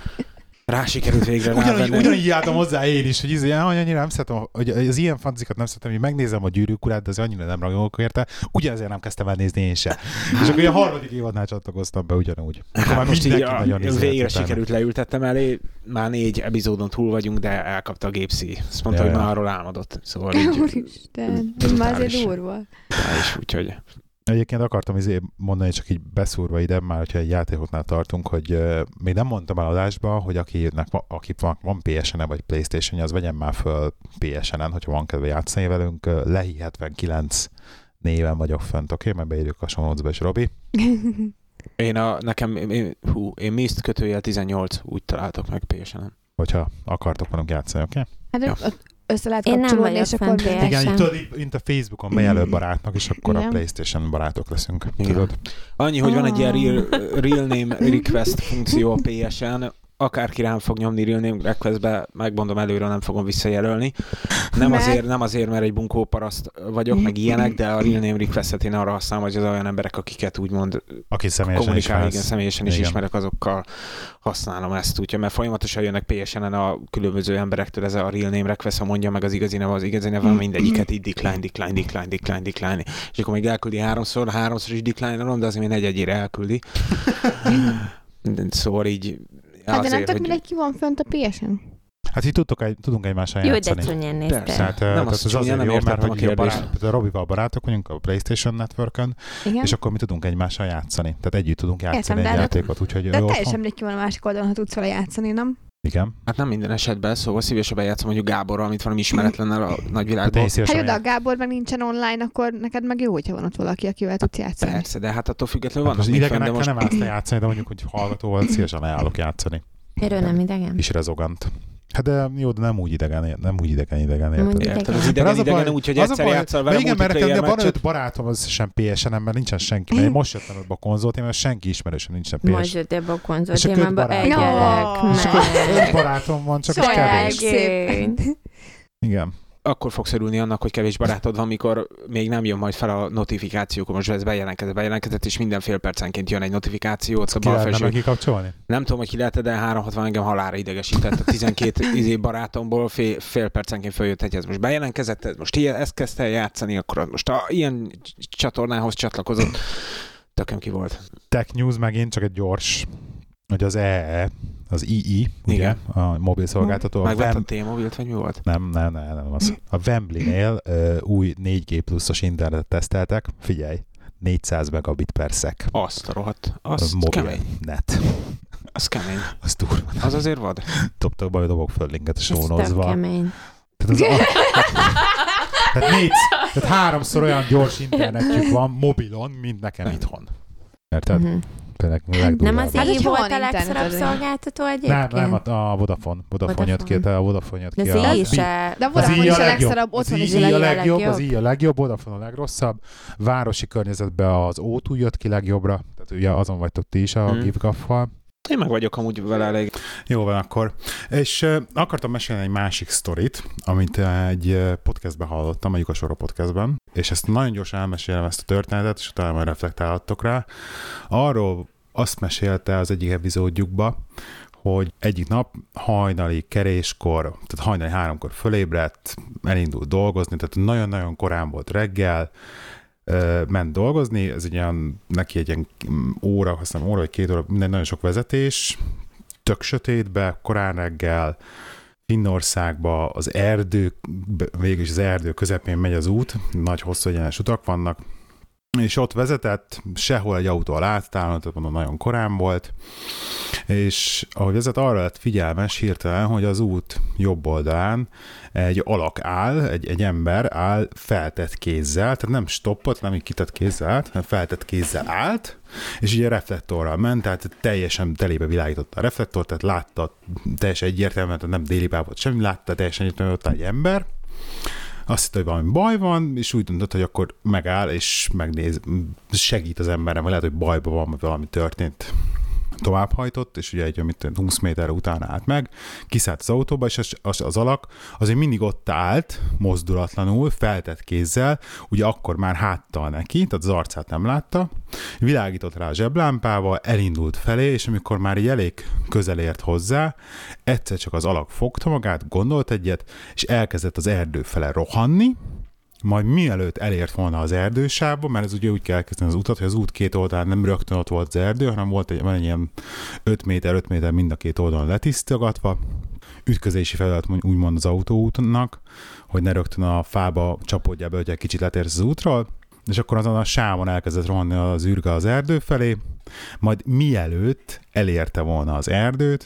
C: Rá sikerült végre rávenni.
B: Ugyanígy jártam hozzá én is, hogy annyira nem szeretem, hogy az ilyen fantaszikat nem szeretem, hogy megnézem a Gyűrűk urát, de azért annyira nem ragolok érte. Ugyanezért nem kezdtem el nézni én se. És akkor a 3. évadnál csatlakoztam be ugyanúgy.
C: Hát most így végre sikerült leültettem elé, már 4 epizódon túl vagyunk, de elkapta a gépszi. Azt mondta, hogy már arról álmodott. Szóval így...
D: Úristen, ez már azért durva.
C: Úgyhogy...
B: Egyébként akartam mondani, csak így beszúrva ide, már hogyha egy játékoknál tartunk, hogy még nem mondtam el adásba, hogy aki van PSN-e vagy PlayStation-je, az vegyen már föl PSN-en, hogyha van kedve játszani velünk. Lehi 79 néven vagyok fönt, oké? Mert beírjuk a show notes-ba is, Robi.
C: Én Mist kötőjel 18 úgy találtok meg PSN-en.
B: Hogyha akartok velünk játszani, oké?
D: Hát össze lehet kapcsolódni, és akkor
B: igen, így tudod, mint a Facebookon bejelöl barátnak, és akkor a PlayStation barátok leszünk. Tudod?
C: Annyi, hogy van egy ilyen real name request funkció a PSN, akárki rám fog nyomni real name requestbe, megmondom előre, nem fogom visszajelölni. Nem azért, mert egy bunkó paraszt vagyok, meg ilyenek, de a real name requestet én arra használom, hogy az olyan emberek, akiket úgymond kommunikálni, személyesen is ismerek, azokkal használom ezt. Úgyhogy, mert folyamatosan jönnek PSN-en a különböző emberektől ez a real name request, ha mondja meg az igazi neve, mindegyiket így decline. És akkor még elküldi háromszor is decline-olom, de azért még egyre elküldi. Szóval így
D: Hát de nem tudok, hogy ki van fönt a PSN?
B: Hát így tudunk egymással játszani.
A: Jó, de csúnyán néztél.
B: Tehát,
C: nem az csúnyán, nem értettem a kérdést.
B: A Robival barátok vagyunk a PlayStation Networkön, és akkor mi tudunk egymással játszani. Tehát együtt tudunk játszani egy játékot. Úgyhogy
D: de teljesen mindegy, ki van a másik oldalon, ha tudsz vele játszani, nem?
B: Igen.
C: Hát nem minden esetben, szóval szívesebben játszom mondjuk Gáborral, amit valami ismeretlennel a nagyvilágban.
D: Ha jó, de a Gábor meg nincsen online, akkor neked meg jó, hogyha van ott valaki, akivel tudsz játszani.
C: Persze, de hát attól függetlenül vannak
B: még fenn, de most... nem állsz játszani, de mondjuk, hogy hallgatóval szívesen ajánlok játszani.
A: Erről nem idegen?
B: És rezogant. Hát de jó, de nem úgy idegen,
C: érted? Az idegen úgy, hogy egyszer játszol vele multiplayer
B: meccset. Van 5 barátom, az sem PSN-en, mert nincsen senki. Mert én most jöttem ebbe a konzoltémában, senki ismerősen nincsen PSN.
A: Most jöttem ebbe a konzoltémában, egyelek
B: meg. 5 barátom van, csak kevés. Igen.
C: Akkor fogsz örülni annak, hogy kevés barátod van, mikor még nem jön majd fel a notifikáció, most ez bejelentkezett, és minden fél percenként jön egy notifikáció. Ott
B: ki lehetne kikapcsolni?
C: Nem tudom, hogy ki lehet, de 360 engem halálra idegesített. A 12 barátomból fél percenként följött, hogy ez most bejelentkezett, ez most ezt kezdte játszani, akkor most ilyen csatornához csatlakozott. Tököm ki volt.
B: Tech News megint csak egy gyors, hogy az EE, az II, ugye, a mobil szolgáltató.
C: Megvett a T-mobilt, vagy mi volt?
B: Nem. Az. A Wembley-nél új 4G pluszos internetet teszteltek. Figyelj, 400 megabit per szek.
C: Azt a rohadt. Az kemény.
B: Net.
C: Az kemény.
B: Az durva.
C: Az azért vad.
B: Dobok föl linket a show-nozva.
A: Ez kemény.
B: Tehát 3-szor olyan gyors internetjük van mobilon, mint nekem itthon. Érted?
A: Nem az így volt a legszarabb szolgáltató egyébként?
B: Nem, a Vodafone jött ki.
A: De
D: a Vodafone is a legszarabb, otthon is a legjobb.
B: Az így a legjobb, Vodafone a legrosszabb. Városi környezetben az O2 jött ki legjobbra, tehát ugye azon vagytok ti is a GiveGuff-val.
C: Én meg vagyok amúgy vele elég.
B: Jó van akkor. És akartam mesélni egy másik sztorit, amit egy podcastben hallottam, a Lyukas Orra podcastben, és ezt nagyon gyorsan elmesélem ezt a történetet, és utána majd reflektálhattok rá. Arról azt mesélte az egyik epizódjukba, hogy egyik nap hajnali keréskor, tehát hajnali 3-kor fölébredt, elindult dolgozni, tehát nagyon-nagyon korán volt reggel, ment dolgozni, ez egy olyan, neki egy ilyen óra, aztán óra vagy 2 óra, minden nagyon sok vezetés, tök sötétbe, korán reggel, Finnországba, az erdő, végülis az erdő közepén megy az út, nagy hosszú egyenes utak vannak, és ott vezetett, sehol egy autó láttál, tehát mondom, nagyon korán volt, és ahogy vezet, arra lett figyelmes hirtelen, hogy az út jobb oldalán egy alak áll, egy ember áll feltett kézzel, tehát nem stoppot, nem így kitett kézzel állt, hanem feltett kézzel állt, és ugye reflektorral ment, tehát teljesen telébe világította a reflektort, tehát látta teljesen egyértelműen, tehát nem déli volt semmi, látta teljesen egyértelműen, ott egy ember, azt hitt, hogy valami baj van, és úgy döntött, hogy akkor megáll, és megnéz, segít az emberre, vagy lehet, hogy bajban van, vagy valami történt. Továbbhajtott, és ugye egy 20 méterre utána állt meg, kiszállt az autóba, és az alak azért mindig ott állt, mozdulatlanul, feltett kézzel, ugye akkor már háttal neki, tehát az arcát nem látta, világított rá a zseblámpával, elindult felé, és amikor már így elég közel ért hozzá, egyszer csak az alak fogta magát, gondolt egyet, és elkezdett az erdő fele rohanni, majd mielőtt elért volna az erdősávba, mert ez ugye úgy kell elkezdeni az utat, hogy az út két oldalán nem rögtön ott volt az erdő, hanem van egy ilyen 5 méter mind a két oldalon letisztogatva, ütközési felület úgymond az autóútnak, hogy ne rögtön a fába csapódjál be, hogy egy kicsit letérsz az útról, és akkor azon a sávon elkezdett rohanni az űrge az erdő felé, majd mielőtt elérte volna az erdőt,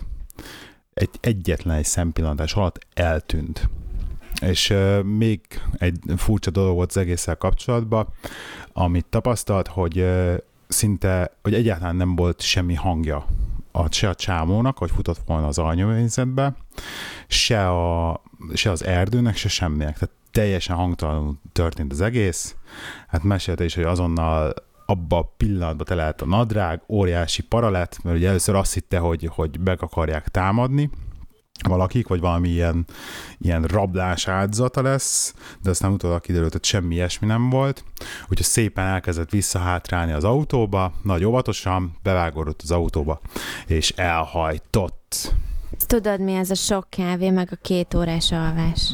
B: egyetlen szempillantás alatt eltűnt. És még egy furcsa dolog volt az egésszel kapcsolatban, amit tapasztalt, hogy szinte, hogy egyáltalán nem volt semmi hangja se a csámónak, hogy futott volna az alnyoményzetbe, se az erdőnek, se semminek. Tehát teljesen hangtalanul történt az egész. Hát mesélte is, hogy azonnal abba a pillanatban telelt a nadrág, óriási para lett, mert ugye először azt hitte, hogy meg akarják támadni valakik, vagy valami ilyen rablás áldozata lesz, de aztán utólag kiderült, hogy semmi ilyesmi nem volt. Úgyhogy szépen elkezdett visszahátrálni az autóba, nagy óvatosan, bevágódott az autóba, és elhajtott.
A: Tudod, mi ez a sok kávé, meg a 2 órás alvás?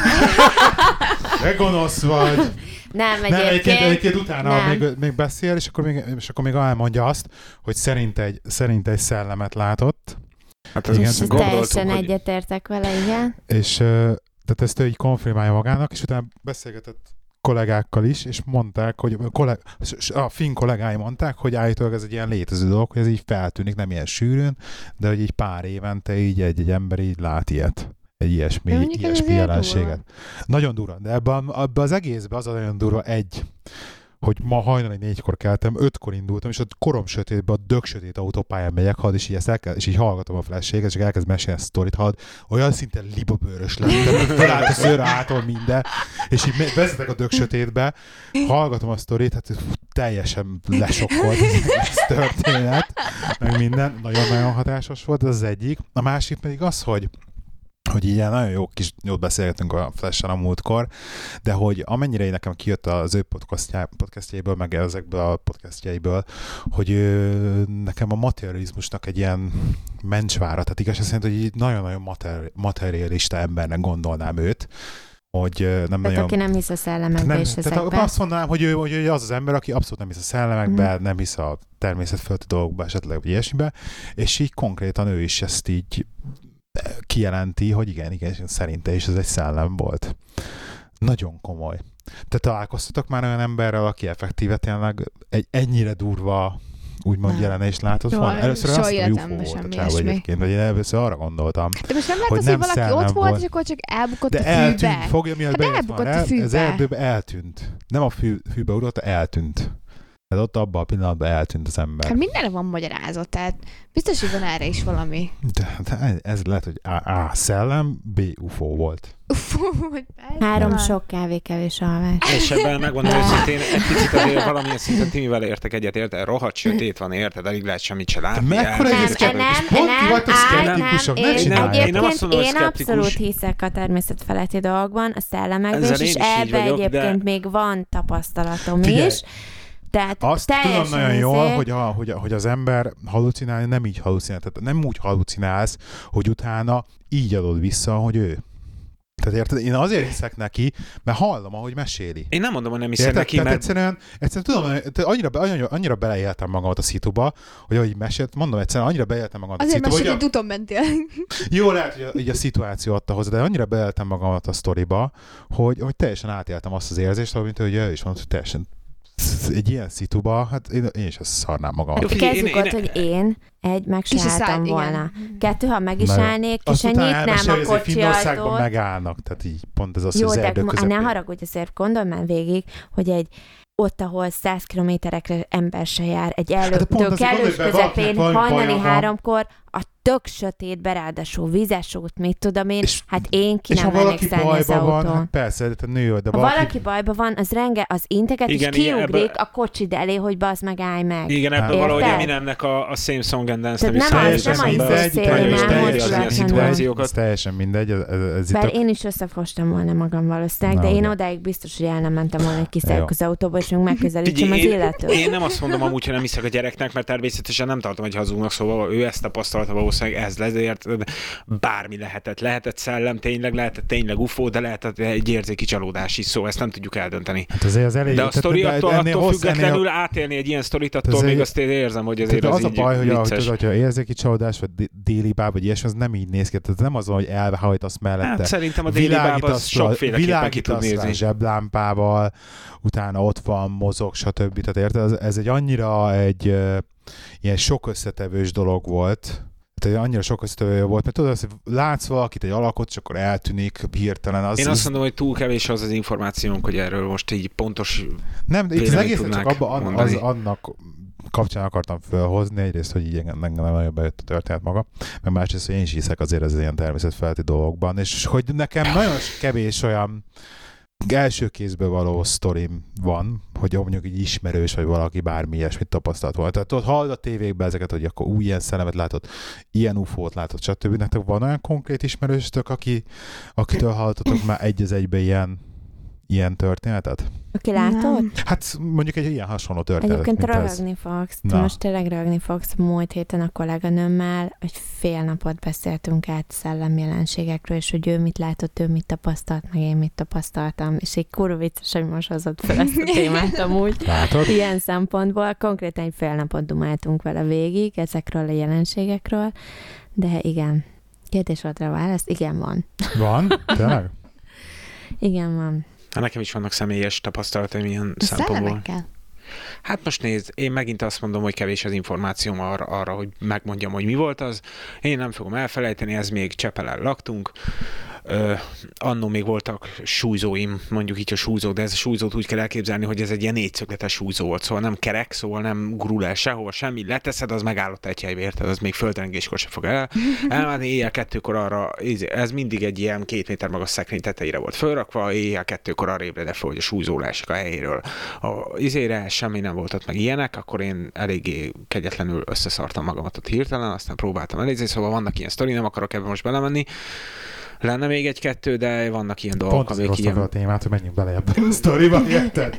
B: De gonosz vagy!
A: Nem, egyébként
B: utána még beszél, és akkor még elmondja azt, hogy szerint egy szellemet látott,
C: Hát
A: ez igen, teljesen egyetértek vele, igen.
B: És tehát ezt ő így konfirmálja magának, és utána beszélgetett kollégákkal is, és mondták, hogy a finn kollégái mondták, hogy állítólag ez egy ilyen létező dolog, hogy ez így feltűnik, nem ilyen sűrűn, de hogy így pár évente így egy ember így lát ilyet. Egy ilyesmi jelenséget. Nagyon durva, de ebben az egészben az a nagyon durva hogy ma hajnali 4-kor keltem, 5-kor indultam, és a korom sötétben, a dög sötét autópályán megyek, és így hallgatom a flashéget, és elkezd mesélni a sztorit, olyan szinten libabőrös lettem, hogy felállt a szőr ától minden, és így vezetek a dög sötétbe, hallgatom a sztorit, hát teljesen lesokkolt ez történet, meg minden, nagyon-nagyon hatásos volt, ez az egyik. A másik pedig az, hogy ilyen nagyon jót beszélgetünk a Flash-en a múltkor, de hogy amennyire nekem kijött az ő podcastjaiből, meg ezekből a podcastjaiből, hogy nekem a materializmusnak egy ilyen mencsvára, tehát igaz szerint, hogy így nagyon-nagyon materialista embernek gondolnám őt, hogy nem
A: tehát
B: nagyon...
A: aki nem hisz a szellemekbe és ezekbe.
B: Tehát azt mondanám, hogy ő az az ember, aki abszolút nem hisz a szellemekbe, nem hisz a természetfölti dolgokba, esetleg vagy ilyesmibe, és így konkrétan ő is ezt így kijelenti, hogy igen, szerinte is ez egy szellem volt. Nagyon komoly. Te találkoztatok már olyan emberrel, aki effektíve tényleg egy ennyire durva úgymond jelenést látott volna? Először azt, hogy UFO volt a csáva egyébként, vagy én először arra gondoltam.
D: De most nem lehet az, hogy valaki ott volt, és akkor csak elbukott a fűbe. De eltűnt,
B: fogja, miatt
D: elbukott a fűbe.
B: Az erdőbe eltűnt. Nem a fűbe ugrott, eltűnt. Tehát ott abban a pillanatban eltűnt az ember.
D: Hát mindenre van magyarázat, tehát biztos, hogy van erre is valami.
B: De ez lehet, hogy A szellem, B UFO volt.
D: UFO volt.
A: 3 sok kávé, kevés alvás.
C: És ebben megmondom őszintén, egy picit azért valamilyen szinten Timivel értek egyet, érted? Rohadt sötét van, érted? Alig lehet semmit se látni.
B: Mekkora egy
A: Én abszolút hiszek a természet feletti dolgokban, a szellemekben, és ebben egyébként még van tapasztalatom is. Tehát
B: azt tudom nagyon jól, hogy az ember halucinálni nem így halucinál. Tehát nem úgy halucinálsz, hogy utána így adod vissza, hogy ő. Tehát érted? Én azért hiszek neki, mert hallom, ahogy meséli.
C: Én nem mondom, hogy nem hiszek neki,
B: mert... Egyszerűen tudom, annyira beleéltem magamat a szituba, hogy ahogy mesélt, mondom egyszerűen, annyira beleéltem magamat
D: azért
B: a szituba.
D: Azért mesélj, hogy mentél.
B: Jó, lehet, hogy a szituáció adta hozzá, de annyira beleéltem magamat a sztoriba, hogy teljesen átéltem azt az érzést, mint hogy ő is mondta, hogy teljesen egy ilyen szituba, hát én is ezt szarnám magamat.
A: Kezdjük ott, hogy én meg se álltam volna. 2, ha meg is állnék, és ennyit nem a kocsi ajtót.
B: Megállnak, tehát így pont ez az,
A: hogy
B: az erdő közepén.
A: Ne haragudj, azért gondolj már végig, hogy egy ott, ahol 100 kilométerekre ember se jár, egy előttől kellős közepén, hajnali 3-kor, a tök sötétbe, ráadásul vizes út, mit tudom én, hát én ki nem mennék szállni az autón.
B: Hát persze, de nő, de
A: valaki bajban van, az integet, és kiugrik a kocsid elé, hogy bazd meg, állj meg.
C: Igen, ebből valahogy Eminemnek a Same Song and Dance nevű
B: szituációkat. Teljesen mindegy.
A: Bár én is összefostam volna magam valószínűleg, de én odáig biztos, hogy el nem mentem volna, hogy kiszálljuk az autóba, és még megközelítsem az életet.
C: Én nem azt mondom amúgy, hogy nem hiszek a gyereknek, mert természetesen nem tartom, hogy hazugnak, szóval ő ezt tapasztalta, valószínűleg ez lesz, bármi lehetett szellem, lehetett tényleg UFO, de lehetett egy érzéki csalódás is, szóval ezt nem tudjuk eldönteni.
B: Hát az elég,
C: de a sztori attól függetlenül átélni egy ilyen sztorit, attól még azt érzem, hogy azért az így
B: baj, hogy a érzéki csalódás, vagy déli báb, vagy ilyesmi, az nem így néz ki. Tehát nem az, hogy elhajtasz mellette.
C: Hát szerintem a déli báb az sokféleképpen ki tud nézni.
B: Zseblámpával, utána ott van, mozog, stb. Tehát érted? Ez egy annyira ilyen sok összetevős dolog volt, tehát annyira sok összetevője volt, mert tudod, hogy látsz valakit, egy alakot, és akkor eltűnik hirtelen.
C: Én azt mondom, hogy túl kevés az információnk, hogy erről most így pontos
B: nem, itt az egész csak annak kapcsán akartam felhozni, egyrészt, hogy így engem nagyon bejött a történet maga, meg másrészt, hogy én is hiszek azért ez ilyen természetfeletti dolgokban, és hogy nekem nagyon kevés olyan első kézből való sztorim van, hogy mondjuk így ismerős, vagy valaki bármi ilyesmit tapasztalt volna. Tehát ott hallod a tévékben ezeket, hogy akkor ilyen szellemet látott, ilyen UFO-t látott, stb. Nektek van olyan konkrét ismerősök, akitől hallottatok már egy az egybe ilyen ilyen történetet?
A: Aki látott?
B: Hát mondjuk egy ilyen hasonló történet.
A: Egyébként röhögni fogsz. Most tényleg röhögni fogsz. Múlt héten a kolléganőmmel egy fél napot beszéltünk át szellemjelenségekről, és hogy ő mit látott, ő mit tapasztalt, meg én mit tapasztaltam. És egy kurva vicces, hogy most hozott fel ezt a témát amúgy.
B: Látod?
A: Ilyen szempontból konkrétan egy fél napot dumáltunk vele végig ezekről a jelenségekről, de igen. Kérdés volt rá válasz? Igen, van.
B: Van? Tényleg?
A: Igen, van.
C: Nekem is vannak személyes tapasztalataim ilyen szempontból. Hát most nézd, én megint azt mondom, hogy kevés az információm arra, hogy megmondjam, hogy mi volt az. Én nem fogom elfelejteni, ez még Csepelen laktunk. Annó még voltak súlyzóim, mondjuk így a súlyzó, de ez a súlyzót úgy kell elképzelni, hogy ez egy ilyen négyszögletes súlyzó volt, szóval nem kerek, szóval nem gurul el sehol, semmi, leteszed, az megállott egy helybe, érted, az még földrengéskor se fog elmenni, éjjel 2-kor arra, ez mindig egy ilyen 2 méter magas szekrény tetejére volt fölrakva, éjjel 2-kor arra ébredett fel, hogy a súlyzó leesik a helyéről. Semmi nem volt ott meg ilyenek, akkor én eléggé kegyetlenül összeszartam magamat ott hirtelen, aztán próbáltam elézni, szóval vannak ilyen sztori, nem akarok ebben most belemenni. Lenne még 1-2, de vannak ilyen dolgok,
B: amik ilyen... Pont a témát, hogy menjünk bele ebben a sztoriba, érted?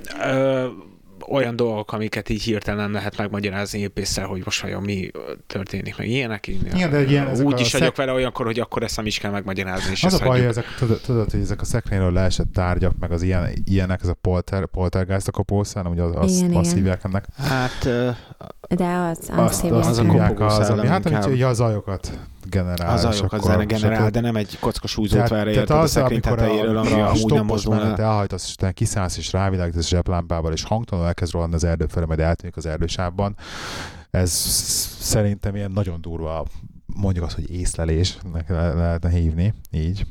C: Olyan dolgok, amiket így hirtelen lehet megmagyarázni épésszel, hogy most vajon mi történik, meg ilyenek.
B: Igen, de ilyen,
C: úgy is vagyok vele olyankor, hogy akkor ezt nem is kell megmagyarázni. És
B: az a baj, hogy tudod, hogy ezek a szekrényről leesett tárgyak, meg az ilyenek, ez a poltergeist a kopószán, ugye azt hívják ennek.
C: Hát...
A: De azt
B: hívják ami, hát amit a zajokat generál.
C: A zajokat generál, de nem egy kocka súlyzót vár érted a szekrény tetejéről, ami amúgy nem mozdulna.
B: Te elhajtasz, és te kiszállsz, és rávilágítasz zseblámpával, és hangtalanul elkezd rohanni az erdő felé, majd eltűnik az erdősávban. Ez szerintem ilyen nagyon durva, mondjuk azt, hogy észlelés lehetne hívni, így.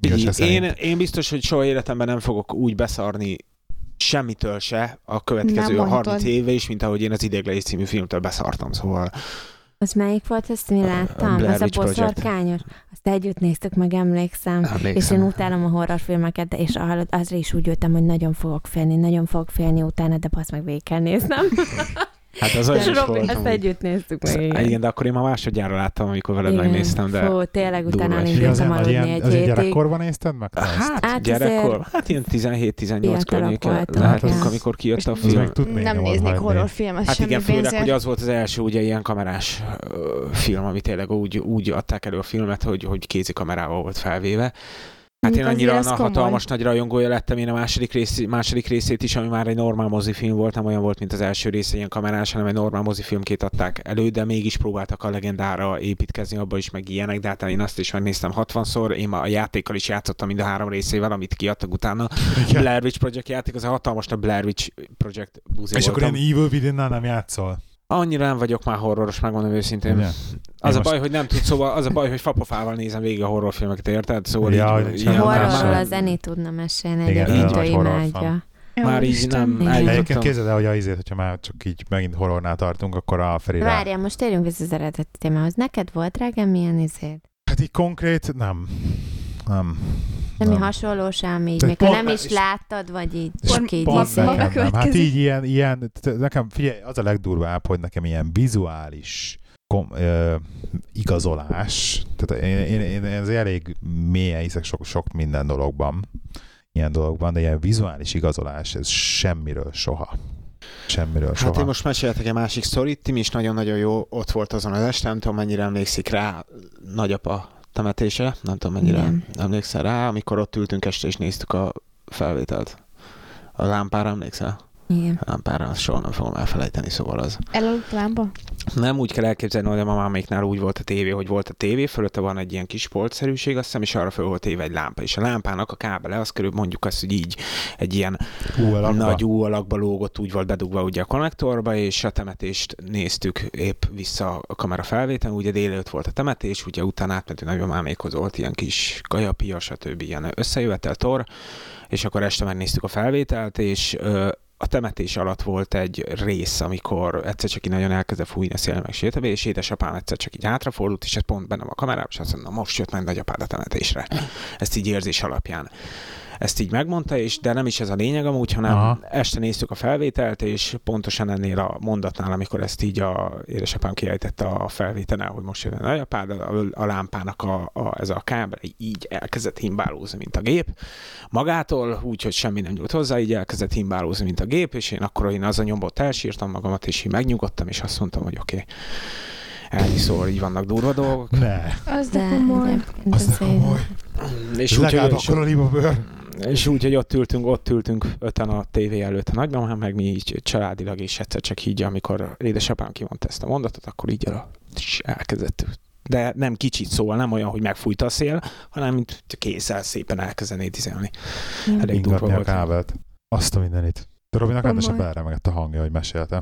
C: Én biztos, hogy soha életemben nem fogok úgy beszarni semmitől se a következő 30 éve is, mint ahogy én az Idegleés című filmtől beszartam, szóval...
A: Az melyik volt, ezt mi láttam? Az a boszorkányos. Azt együtt néztük meg, emlékszem. És én utálom a horrorfilmeket, és azra is úgy jöttem, hogy nagyon fogok félni utána, de azt meg végig kell néznem.
C: Hát az olyan is volt.
A: Ezt együtt néztük meg.
C: Igen, de akkor én már másodjára láttam, amikor veled megnéztem, de...
A: Fú, tényleg utána elindultam aludni egy hétig.
B: Gyerekkorban nézted meg?
C: Hát gyerekkor, hát ilyen 17-18 környéken lehetünk, amikor kijött a film.
D: Nem néznék horrorfilmet,
C: hát igen, főleg, hogy az volt az első ugye ilyen kamerás film, ami tényleg úgy adták elő a filmet, hogy kézikamerával volt felvéve. Hát én annyira hatalmas nagy rajongója lettem én a második részét is, ami már egy normál mozifilm volt, nem olyan volt, mint az első része ilyen kamerás, hanem egy normál mozifilmként adták elő, de mégis próbáltak a legendára építkezni, abba is meg ilyenek, de hát én azt is megnéztem 60-szor, én a játékkal is játszottam mind a 3 részével, amit kiadtak utána. Igen. Blair Witch Project játék, az a hatalmas a Blair Witch Project buzi.
B: És
C: voltam.
B: akkor én Evil Within-nál nem játszol?
C: Annyira nem vagyok már horroros, megmondom őszintén. Ja. Az a baj, hogy nem tudsz, szóval az a baj, hogy fapofával nézem végig a horrorfilmeket, érted? Szóval
A: horrorról az Eni tudna mesélni, egyébként ő imádja.
C: Már így nem.
B: Egyébként képzeld el, hogy azért, hogyha már csak így megint horrornál tartunk, akkor a Feri rá...
A: Várjál, most térjünk vissza az eredeti témához. Neked volt, drágám, milyen izéd?
B: Hát így konkrét, nem.
A: Semmi hasonló sem így, még ha nem is láttad, vagy így csak így
B: nem. Hát így ilyen, nekem figyelj, az a legdurvább, hogy nekem ilyen vizuális igazolás, tehát én elég mélyen hiszek sok minden dologban, ilyen dologban, de ilyen vizuális igazolás, ez semmiről soha.
C: Hát én most meséltek egy másik sztorit, Tim is nagyon-nagyon jó ott volt azon az este, nem tudom mennyire emlékszik rá, nagyapa temetése, nem tudom mennyire emlékszel rá, amikor ott ültünk este és néztük a felvételt. A lámpára emlékszel?
A: Igen.
C: A lámpára, azt soha nem fogom elfelejteni, szóval az.
D: Elaludt a lámpa?
C: Nem úgy kell elképzelni, hogy a mamáméknál úgy volt a tévé, hogy volt a tévé, fölötte van egy ilyen kis polcszerűség, azt hiszem, és arra föl volt téve egy lámpa. És a lámpának a kábele, az körül mondjuk azt, hogy így egy ilyen nagy alakba lógott, úgy volt bedugva ugye a konnektorba, és a temetést néztük épp vissza a kamera felvétel, ugye délelőtt volt a temetés, ugye utána átmentünk nagymamámékhoz, volt ilyen kis kajapia, stb. Ilyen összejövetel tor, és akkor este megnéztük a felvételt, és a temetés alatt volt egy rész, amikor egyszer csak így nagyon elkezdett fújni a szél, meg sétebe, és édesapám egyszer csak így hátrafordult, és ez pont bennem a kamerában, és azt mondom, most jött meg nagyapád a temetésre. Ezt így érzés alapján. ezt így megmondta, de nem is ez a lényeg amúgy, hanem este néztük a felvételt, és pontosan ennél a mondatnál, amikor ezt így a édesapám kiejtette a felvételen, hogy most jön a nagyapád, a lámpának ez a kábel így elkezdett himbálózni, mint a gép. Magától, úgyhogy semmi nem nyújt hozzá, így elkezdett himbálózni, mint a gép, és én az a nyomot elsírtam magamat, és így megnyugodtam, és azt mondtam, hogy oké. Szóval így vannak durva dolgok.
B: Ne.
D: Az de komoly.
B: És
C: úgy, hogy ott ültünk öten a tévé előtt a nagymamám, meg mi így családilag, és egyszer csak így, amikor édesapám kimondta ezt a mondatot, akkor így elkezdett. De nem kicsit, szóval nem olyan, hogy megfújta a szél, hanem mint kézzel szépen elkezdené dizelni. Elég durva volt.
B: Kábelt. Azt a mindenit. De Robinak rendesen beleremegett a hangja, hogy mesélte.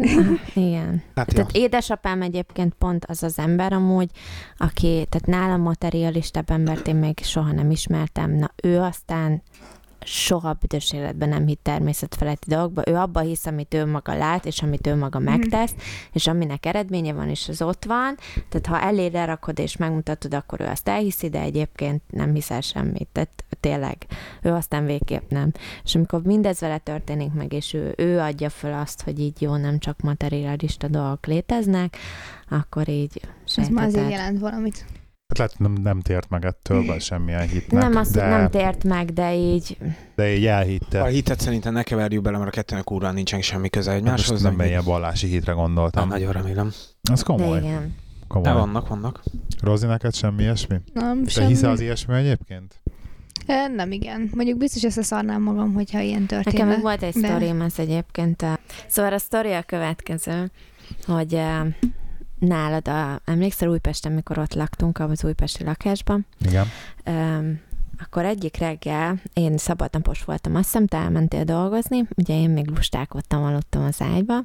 A: Igen. Tehát édesapám egyébként pont az az ember amúgy, aki, tehát nálam materialistább embert én még soha nem ismertem. Na ő aztán soha büdös életben nem hitt természetfeletti dolgokba. Ő abba hisz, amit ő maga lát, és amit ő maga megtesz, és aminek eredménye van, és az ott van. Tehát ha elé rakod és megmutatod, akkor ő azt elhiszi, de egyébként nem hiszel semmit. Tehát tényleg, ő aztán végképp nem. És amikor mindez vele történik meg, és ő adja föl azt, hogy így jó, nem csak materialista dolgok léteznek, akkor így
D: sejteted. Ez már azért jelent valamit.
B: Hát lehet, nem tért meg ettől, vagy semmilyen hitnek.
A: Nem tért meg, de így
B: elhitte.
C: A hitet szerintem ne keverjük bele, mert a kettőnek úrral nincsen semmi köze egymáshoz.
B: Nem ilyen vallási hitre gondoltam.
C: Nagyon remélem.
B: Ez komoly.
A: Igen.
C: De vannak.
B: Rozi, neked semmi ilyesmi?
D: Nem,
B: te hiszel az ilyesmi egyébként?
D: Nem, igen. Mondjuk biztos összeszarnám magam, hogyha ilyen történne.
A: Nekem volt egy sztorim, ez egyébként. Szóval a sztori a következő, hogy nálad, emlékszel Újpesten, mikor ott laktunk, az újpesti lakásban?
B: Igen.
A: Akkor egyik reggel, én szabadnapos voltam, azt hiszem, te elmentél dolgozni, ugye én még lustálkodtam, aludtam az ágyba,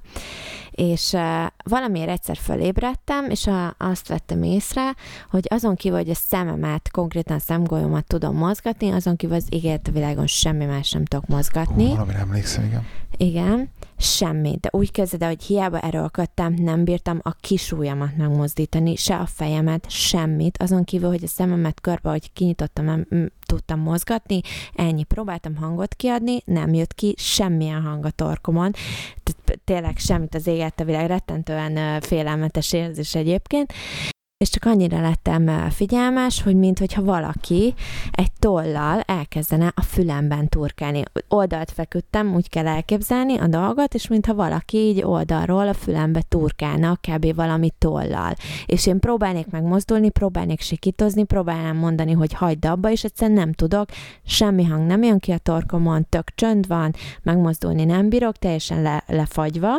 A: és valamiért egyszer fölébredtem, és azt vettem észre, hogy azon kívül, hogy a szememet, konkrétan a szemgolyomat tudom mozgatni, azon kívül az égért a világon semmi más nem tudok mozgatni.
B: Valamire emlékszem, igen.
A: Igen, semmi, de úgy kezdve, hogy hiába erőlködtem, nem bírtam a kis ujjamat megmozdítani, se a fejemet, semmit, azon kívül, hogy a szememet körbe, hogy kinyitottam, nem tudtam mozgatni, ennyi. Próbáltam hangot kiadni, nem jött ki semmilyen hang a torkomon, tehát tényleg semmit, az éget a világ, rettentően félelmetes érzés egyébként, és csak annyira lettem figyelmes, hogy minthogyha valaki egy tollal elkezdene a fülemben turkálni. Oldalt feküdtem, úgy kell elképzelni a dolgot, és mintha valaki így oldalról a fülembe turkálna kb. Valami tollal. És én próbálnék megmozdulni, próbálnék sikítozni, próbálnám mondani, hogy hagyd abba, és egyszerűen nem tudok, semmi hang nem jön ki a torkomon, tök csönd van, megmozdulni nem bírok, teljesen lefagyva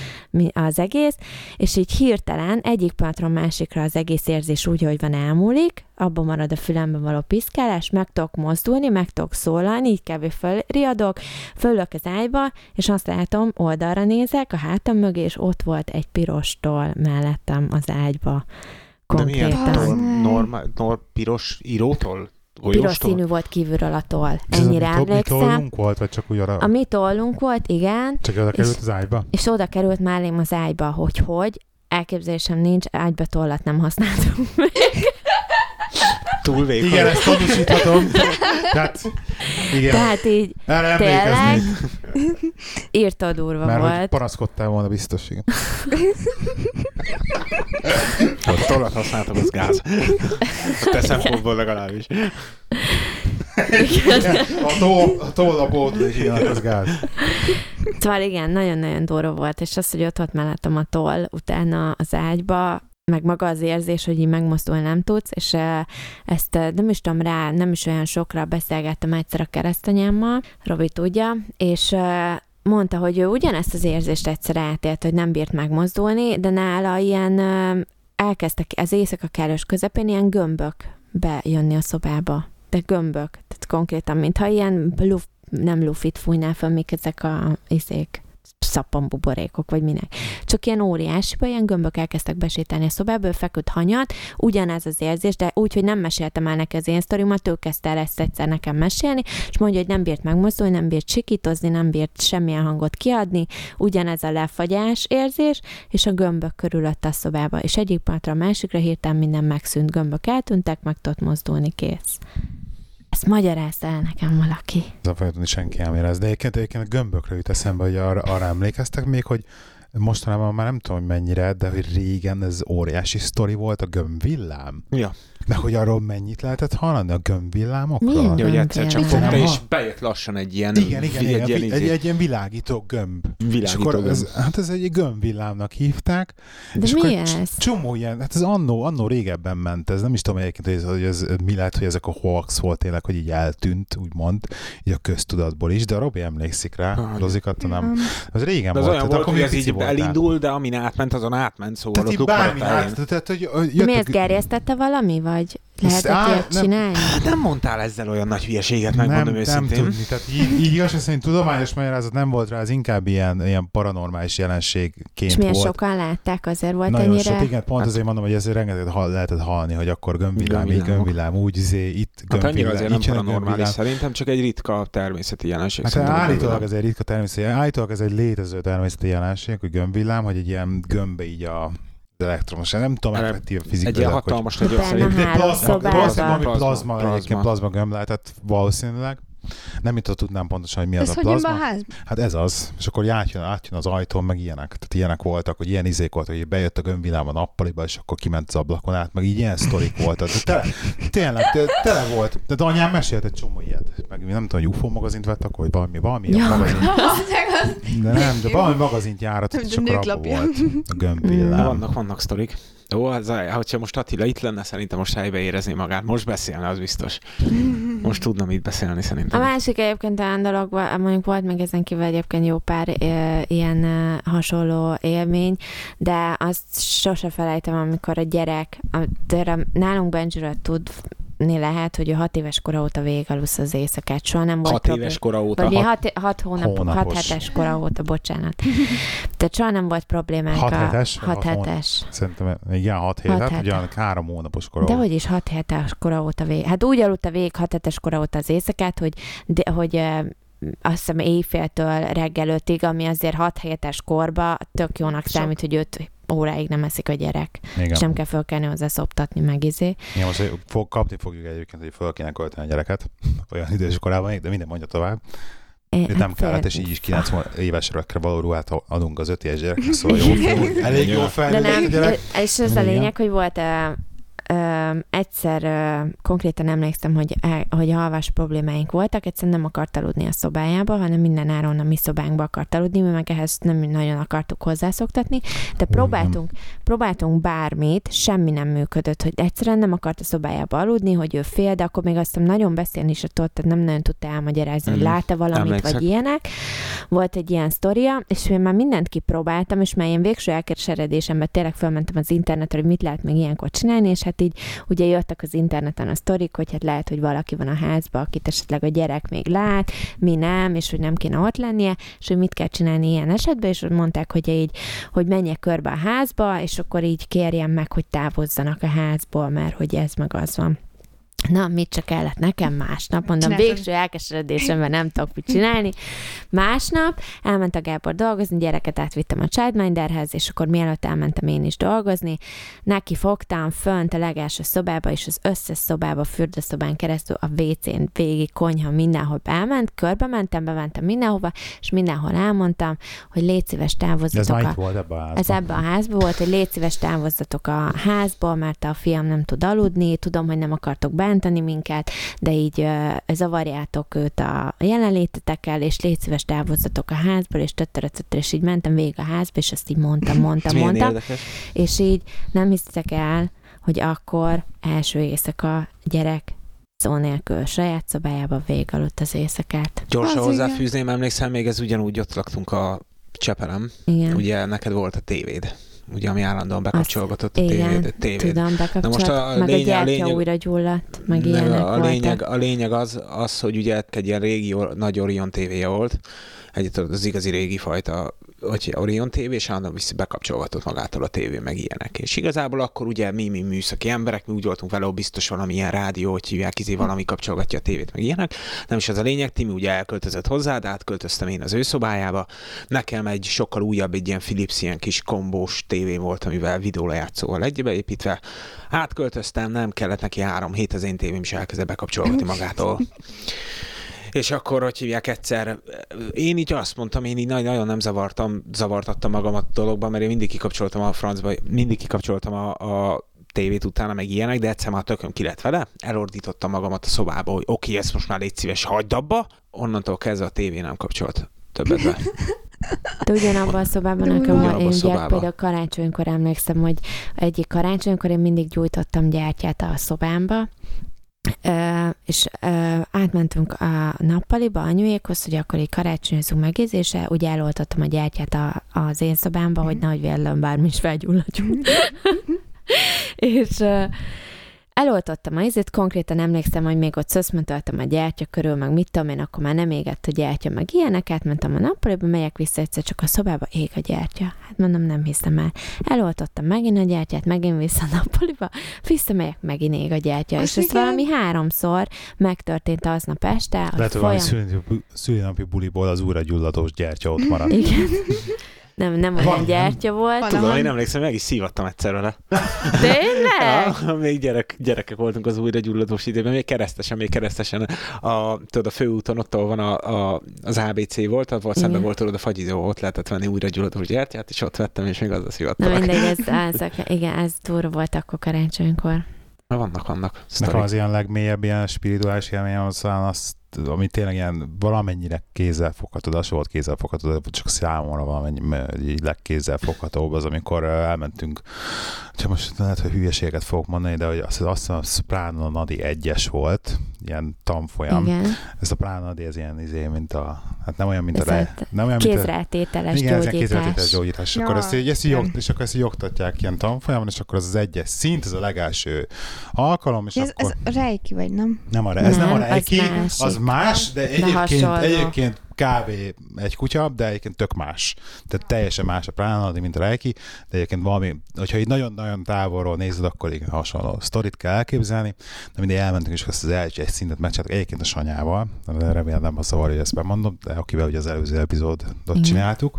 A: az egész, és így hirtelen egyik pillanatról másikra az egész érzés úgy, hogy van, elmúlik, abban marad a fülemben való piszkálás, meg tudok mozdulni, meg tudok szólalni, így kb. Fölriadok, fölök az ágyba, és azt látom, oldalra nézek, a hátam mögé, és ott volt egy piros toll mellettem az ágyba. Konkrétan.
C: De milyen piros írótoll?
A: Piros színű volt kívülről a toll. Ennyire emlékszem.
B: Mi tollunk volt, vagy csak úgy arra?
A: A mi tollunk volt, igen.
B: Csak oda került az ágyba? És
A: oda került mellém az ágyba, hogy elképzelésem nincs, ágyba tollat nem használtunk még.
C: Túl vékony.
B: Igen, ezt tanúsíthatom.
A: Tehát így tényleg írtó durva
B: mert
A: volt.
B: Mert hogy panaszkodtál volna biztos, igen.
C: A tollat használtam, az gáz. Te szempontból legalábbis.
B: A toll a bótól is ilyen, az gáz.
A: Szóval igen, nagyon-nagyon durva volt, és az, hogy ott volt mellettem a toll, utána az ágyba, meg maga az érzés, hogy így megmozdulni nem tudsz, és ezt nem is tudom rá, nem is olyan sokra beszélgettem egyszer a keresztanyámmal, Robi tudja, és mondta, hogy ő ugyanezt az érzést egyszer átélt, hogy nem bírt megmozdulni, de nála ilyen elkezdtek az éjszaka kellős közepén ilyen gömbök bejönni a szobába. De gömbök, tehát konkrétan, mintha ilyen nem lufit fújnál fel, még ezek a szappanbuborékok, vagy minek. Csak ilyen óriásiba, ilyen gömbök elkezdtek besétálni a szobába, feküdt hanyat, ugyanez az érzés, de úgy, hogy nem meséltem el neki az én sztorimat, ő kezdte el ezt egyszer nekem mesélni, és mondja, hogy nem bírt megmozdulni, nem bírt sikítozni, nem bírt semmilyen hangot kiadni, ugyanez a lefagyás érzés, és a gömbök körülött a szobába, és egyik pillanatra a másikra hirtelen minden megszűnt, gömbök eltűntek, meg tudott mozdulni, kész. Ez Ezt magyarázta el nekem valaki.
B: Ez a folyton senki elmérez. De egyébként a gömbökre jut eszembe, hogy arra emlékeztek még, hogy mostanában már nem tudom, hogy mennyire, de hogy régen ez óriási sztori volt a gömbvillám.
C: Ja.
B: De hogy arról mennyit lehetett hallani a gömbvillámokról?
A: Milyen
C: Hogy egyszer csak
A: gömbvillám?
C: fogta, és bejött lassan egy ilyen...
B: Igen, egy ilyen világító gömb. És akkor ez egy gömbvillámnak hívták.
A: De
B: és
A: mi
B: akkor
A: ez?
B: Csomó ilyen, hát ez annó régebben ment, ez nem is tudom egyébként, hogy ez mi lehet, hogy ezek a hoax volt tényleg, hogy így eltűnt, úgymond, így a köztudatból is, de a Robi emlékszik rá, Rozikatta nem. Az régen
C: volt.
B: Az
C: olyan volt, hogy ez így elindul, de amin átment, azon átment, szóval
B: ott lukmaradtál.
A: Mi ezt gerjesztette valami, vagy lehetett ilyet csinálni?
C: Nem mondtál ezzel olyan nagy hülyeséget, megmondom őszintén.
B: Nem tudni, tehát így igaz, szerint tudományos magyarázat nem volt rá, az inkább ilyen paranormális jelenségként
A: és milyen
B: volt.
A: sokan látták, azért volt
B: nagyon
A: ennyire?
B: Sok, igen, pont azért mondom, hogy ezért rengeteget lehetett hallani, hogy akkor gömbvillám, úgy itt
C: gömbvillám. Hát annyira azért nem paranormális, szerintem csak egy ritka természeti jelenség.
B: Hát állítólag ez egy ritka természeti jelenség, állítólag ez egy létező természeti jelenség, hogy gömbvillám, hogy egy ilyen gömbbe így a elektromos, nem tudom, effektív fizikailag.
C: Egy ilyen hatalmas nagy
B: plazma gömb lehetett valószínűleg. Nem itt tudnám pontosan, hogy mi az a plazma. Hát ez az. És akkor átjön az ajtón, meg ilyenek. Tehát ilyenek voltak, hogy ilyen izék voltak, hogy bejött a gömbvillám a nappaliba, és akkor kiment az ablakon át, meg így ilyen sztorik voltak. Tényleg tele volt. Tehát anyám mesélt egy csomó ilyet. Meg nem tudom, hogy UFO magazint vett akkor, vagy valami ilyen magazint. De nem, de valami magazint járat, és akkor abban volt a gömbvillám.
C: Vannak sztorik. Ó, hogyha most Attila itt lenne, szerintem most helybe érezni magát. Most beszélne, az biztos. Most tudna mit beszélni, szerintem.
A: A másik egyébként olyan dolog, mondjuk volt még ezen kívül egyébként jó pár ilyen hasonló élmény, de azt sose felejtem, amikor a gyerek, nálunk Benjiről lehet, hogy ő 6 éves kora óta végigalusz az éjszakát. Soha nem volt
C: 6 éves kora óta?
A: Vagy 6 hetes kora óta, bocsánat. Tehát soha nem volt problémánk.
B: 6 hetes?
A: 6 hetes.
B: Szerintem igen, 6 hétet, ugye 3 hónapos kora óta.
A: De hogy is 6 hetes kora óta hát úgy aludta végig 6 hetes kora óta az éjszakát, hogy azt hiszem éjféltől reggel 5-ig, ami azért 6 hétes korba tök jónak számít, hogy 5 óráig nem eszik a gyerek. Igen. És nem kell fölkelni hozzá szoptatni, meg izé.
B: Igen, most kapni fogjuk egyébként, hogy föl kéne költeni a gyereket olyan idős korában, de minden mondja tovább. Nem kellett, és így is 9 évesre való ruhát adunk az 5 éves gyereknek, szóval elég jól fejlődött a gyerek.
A: És ez a lényeg, hogy volt egyszer konkrétan emlékszem, hogy alvás problémáink voltak, egyszer nem akart aludni a szobájába, hanem minden áron a mi szobánkba akart aludni, mi meg ehhez nem nagyon akartuk hozzászoktatni, de próbáltunk bármit, semmi nem működött, hogy egyszerűen nem akart a szobájába aludni, hogy ő fél, de akkor még azt hiszem nagyon beszélni is tehát nem nagyon tudta elmagyarázni, hogy lát-e valamit, emlékszek. Vagy ilyenek. Volt egy ilyen sztoria, és én már mindent kipróbáltam, és már én végső elkeseredésemben tényleg felmentem az internetre, hogy mit lehet még ilyenkor csinálni, és hát így ugye jöttek az interneten a sztorik, hogy hát lehet, hogy valaki van a házban, akit esetleg a gyerek még lát, mi nem, és hogy nem kéne ott lennie, és hogy mit kell csinálni ilyen esetben, és mondták, hogy menjek körbe a házba, és akkor így kérjem meg, hogy távozzanak a házból, mert hogy ez meg az van. Na, mit csak kellett nekem másnap, mondom, végső elkeseredésemben nem tudok mit csinálni. Másnap elment a Gábor dolgozni, gyereket átvittem a Childminderhez, és akkor mielőtt elmentem én is dolgozni, neki fogtam fönt a legelső szobába, és az összes szobába, fürdőszobán keresztül a WC-n végig, konyha, mindenhol elment, körbe mentem, bementem mindenhova, és mindenhol elmondtam, hogy légy szíves távozzatok. Ez ebben a házban volt, hogy légy szíves távozzatok a házból, mert a fiam nem tud aludni, tudom, hogy nem akartok bántani minket, de így zavarjátok őt a jelenlétetekkel, és légy szíves távozzatok a házból, és és így mentem végig a házba, és ezt így mondtam. És így nem hisztek el, hogy akkor első éjszaka gyerek szó nélkül saját szobájába végigaludt az éjszakát.
C: Gyorsan hozzáfűzném, emlékszem, még ez ugyanúgy ott laktunk a Csepelem. Igen. Ugye neked volt a tévéd. Ugye, ami állandóan bekapcsolgatott a tévéd.
A: Tudom, bekapcsolt, meg a gyertya újra gyulladt, meg ilyenek voltak.
C: A lényeg az, hogy ugye egy ilyen régi nagy Orion tévéje volt, az igazi régi fajta hogy Orion TV, és állandóan bekapcsolgatott magától a tévé, meg ilyenek. És igazából akkor ugye mi műszaki emberek, mi úgy voltunk vele, hogy biztos valami ilyen rádió, hogy hívják, valami kapcsolgatja a tévét, meg ilyenek. Nem is az a lényeg, Timi ugye elköltözött hozzá, de átköltöztem én az ő szobájába. Nekem egy sokkal újabb, egy ilyen Philips ilyen kis kombós tévé volt, amivel videólejátszóval egybeépítve. Átköltöztem, nem kellett neki 3 hét, az én tévém is elkezdett bekapcsolgatni magától. És akkor, hogy hívják egyszer, én így azt mondtam, én így nagyon nem zavartattam magamat a dologban, mert én mindig kikapcsoltam a francba, mindig kikapcsoltam a tévét utána, meg ilyenek, de egyszer már tököm ki lett vele, elordítottam magamat a szobába, hogy oké, ezt most már légy szíves, hagyd abba, onnantól kezdve a tévé nem kapcsolt többet be.
A: De ugyanabban a szobában nekem, én például karácsonykor emlékszem, hogy egyik karácsonykor én mindig gyújtottam gyertyát a szobámba, és átmentünk a nappaliba anyuékhoz, hogy akkor így karácsonyozunk megézése, úgy eloltottam a gyertyát az én szobámba, hogy nehogy véletlenül bármi is felgyulladjunk. És eloltottam a ízét, konkrétan emlékszem, hogy még ott szöszmöntöltem a gyertya körül, meg mit tudom én, akkor már nem égett a gyertya, meg ilyeneket, mentem a nappaliba, megyek vissza egyszer csak a szobába, ég a gyertya. Hát mondom, nem hiszem el. Eloltottam megint a gyertyát, megint vissza a nappaliba, visszamegyek, megint ég a gyertya. És ez valami 3-szor megtörtént aznap este.
B: Lehet, hogy szülinapi buliból az újra gyulladós gyertya ott maradt.
A: Igen. Nem olyan gyertya volt.
C: Tudom, én emlékszem, meg is szívattam egyszer vele.
A: Tényleg?
C: Ja, még gyerekek voltunk az újra gyulladós időben, még keresztesen tudod, a főúton ott, ahol van az ABC volt, volt szemben volt tudod a fagyizó, ott lehetett venni újra gyulladós gyertyát, és ott vettem, és még azzal szívattam.
A: Na mindegy, ez durva volt akkor karácsonykor.
C: Vannak.
B: Nekem az ilyen legmélyebb ilyen spirituális élményem az ami tényleg ilyen valamennyire kézzelfogható, az volt kézzelfogható, csak számomra valamennyi legkézzelfoghatóbb az, amikor elmentünk, csak most lehet, hogy hülyeséget fogok mondani, de hogy azt hiszem a Prana Nadi 1-es volt, ilyen tanfolyam.
A: Igen.
B: Ez a Prana Nadi, ez ilyen mint a, hát nem olyan, mint
A: kézrátételes gyógyítás.
B: Igen, ez kézrátételes gyógyítás. Ja. Akkor ezt így oktatják ilyen tanfolyamon, és akkor az 1-es szint, ez a legelső alkalom, és
D: ez reiki, vagy nem?
B: Ez nem a reiki, az más, de egyébként kb. Egy kutya, de egyébként tök más. Tehát teljesen más a Prana Nadi, mint a reiki, de egyébként valami, hogyha így nagyon-nagyon távolról nézed, akkor igen, hasonló sztorit kell elképzelni, de mindig elmentünk, és azt az egy szintet megcsináltuk, egyébként a Sanyával, remélem nem a szavar, hogy ezt bemondom, de akivel ugye az előző epizódot csináltuk.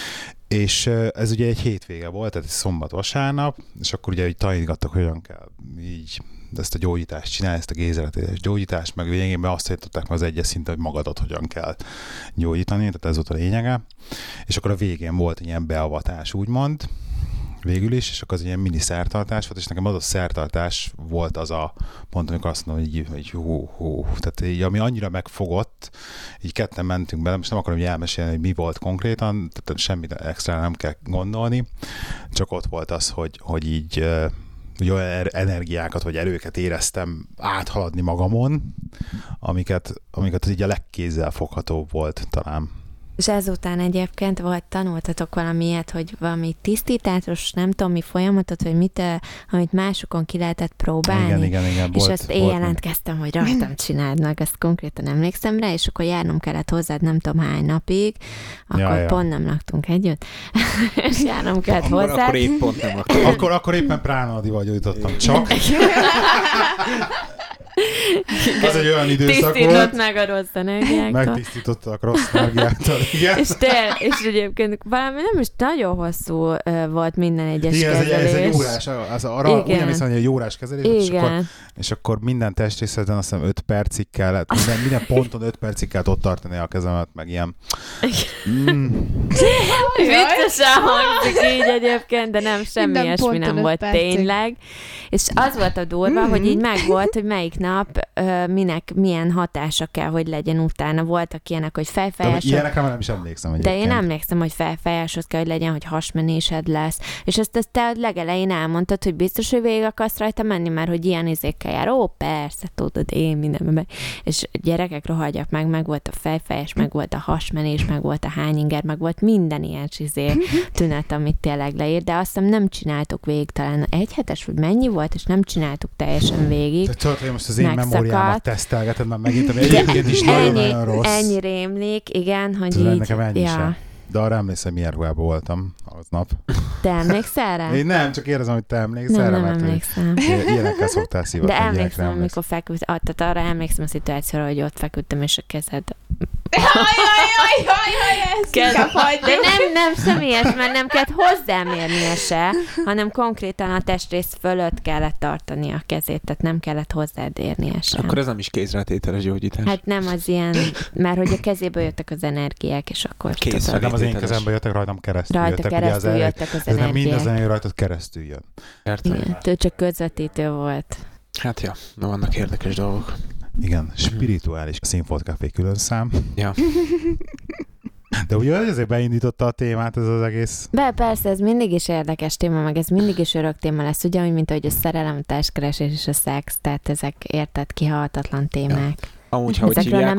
B: És ez ugye egy hétvége volt, tehát egy szombat-vasárnap, és akkor ugye így tanítgattak, hogyan kell így ezt a gyógyítást csinálni, ezt a gézeratéres gyógyítást, meg végén azt tanították meg az 1-es szinten, hogy magadat hogyan kell gyógyítani, tehát ez volt a lényege. És akkor a végén volt egy ilyen beavatás, úgymond, végül is, és akkor az ilyen mini szertartás volt, és nekem az a szertartás volt az a pont, amikor azt mondom, hogy hú. Tehát így, ami annyira megfogott, így ketten mentünk bele, most nem akarom elmesélni, hogy mi volt konkrétan, tehát semmit extra nem kell gondolni, csak ott volt az, hogy így olyan energiákat, vagy erőket éreztem áthaladni magamon, amiket így a legkézzel foghatóbb volt talán.
A: És ezután egyébként tanultatok valamilyet, hogy valami tisztításos, nem tudom mi folyamatot, vagy mit, amit másokon ki lehetett próbálni.
B: Igen.
A: És ezt én jelentkeztem, hogy rajtam csináld meg, ezt konkrétan emlékszem rá, és akkor járnom kellett hozzád nem tudom hány napig, akkor pont nem laktunk együtt, és járnom kellett hozzád.
C: Akkor épp pont nem laktunk.
B: Akkor éppen Prana Nadival gyújtottam csak. Az egy olyan időszak volt.
A: Tisztított meg a rossz energiáktól.
B: Megtisztítottak a rossz energiáktól, igen.
A: És egyébként valami nem is nagyon hosszú volt minden egyes kezelés.
B: Ez egy órás, arra ugyan hiszem, hogy egy órás kezelés, és akkor minden testrészeten azt hiszem 5 percig kellett, minden ponton 5 percig kellett ott tartani a kezemet, meg ilyen.
A: Viccesen hangzik így egyébként, de nem, semmi ilyesmi nem volt tényleg. És az volt a durva, hogy így megvolt, hogy melyik nap milyen hatása kell, hogy legyen utána. Voltak ilyenek, hogy fejfájásod.
B: Ilyenekre már nem is emlékszem egyébként.
A: De én emlékszem, hogy fejfájásod kell, hogy legyen, hogy hasmenésed lesz. És ezt te legelején elmondtad, hogy biztos, hogy végig akarsz rajta menni, mert hogy ilyen izékkel jár. Ó, persze, tudod, én mindenben. És gyerekek, rohadjak meg volt a fejfájás, meg volt a hasmenés, meg volt a hányinger, meg volt minden ilyen tünet, amit tényleg leír, de azt hiszem nem csináltuk végig, talán 1 hetes, vagy mennyi volt, és nem csináltuk teljesen végig.
B: Tudod, hogy most az én memóriámat tesztelgeted már megint, ami egyébként is nagyon-nagyon rossz.
A: Ennyi rémlik, igen, hogy
B: tudod,
A: így.
B: Nekem ennyi sem. De arra emlékszem, milyen ruhában voltam aznap.
A: Te emlékszel rá?
B: Én nem, csak érzem, hogy te emlékszel rá.
A: Nem emlékszem.
B: Ilyenekkel szoktál szívatni.
A: De emlékszem, amikor feküdtem, tehát arra emlékszem a szituációra, hogy ott feküdtem, és a kezed... De nem személyes, mert nem kellett hozzámérnie se, hanem konkrétan a testrész fölött kellett tartani a kezét, tehát nem kellett hozzád érnie sem.
C: Akkor ez nem is kézrátételes gyógyítás.
A: Hát nem az ilyen, mert hogy a kezéből jöttek az energiák, és akkor...
B: Nem az én kezembe jöttek, rajtam keresztül
A: jöttek. Rajta keresztül jöttek az energiák.
B: Nem mind az energia rajtad keresztül jön.
A: Igen, ő csak közvetítő volt.
C: Hát ja, vannak érdekes dolgok.
B: Igen, spirituális Színfolt Café külön szám.
C: Ja.
B: De ugye ezért beindította a témát ez az egész.
A: Persze, ez mindig is érdekes téma, meg ez mindig is örök téma lesz, ugyanúgy, mint ahogy a szerelem, a társkeresés és a szex, tehát ezek érted kihaltatlan témák. Ja.
C: Amúgy, ha úgy hívják,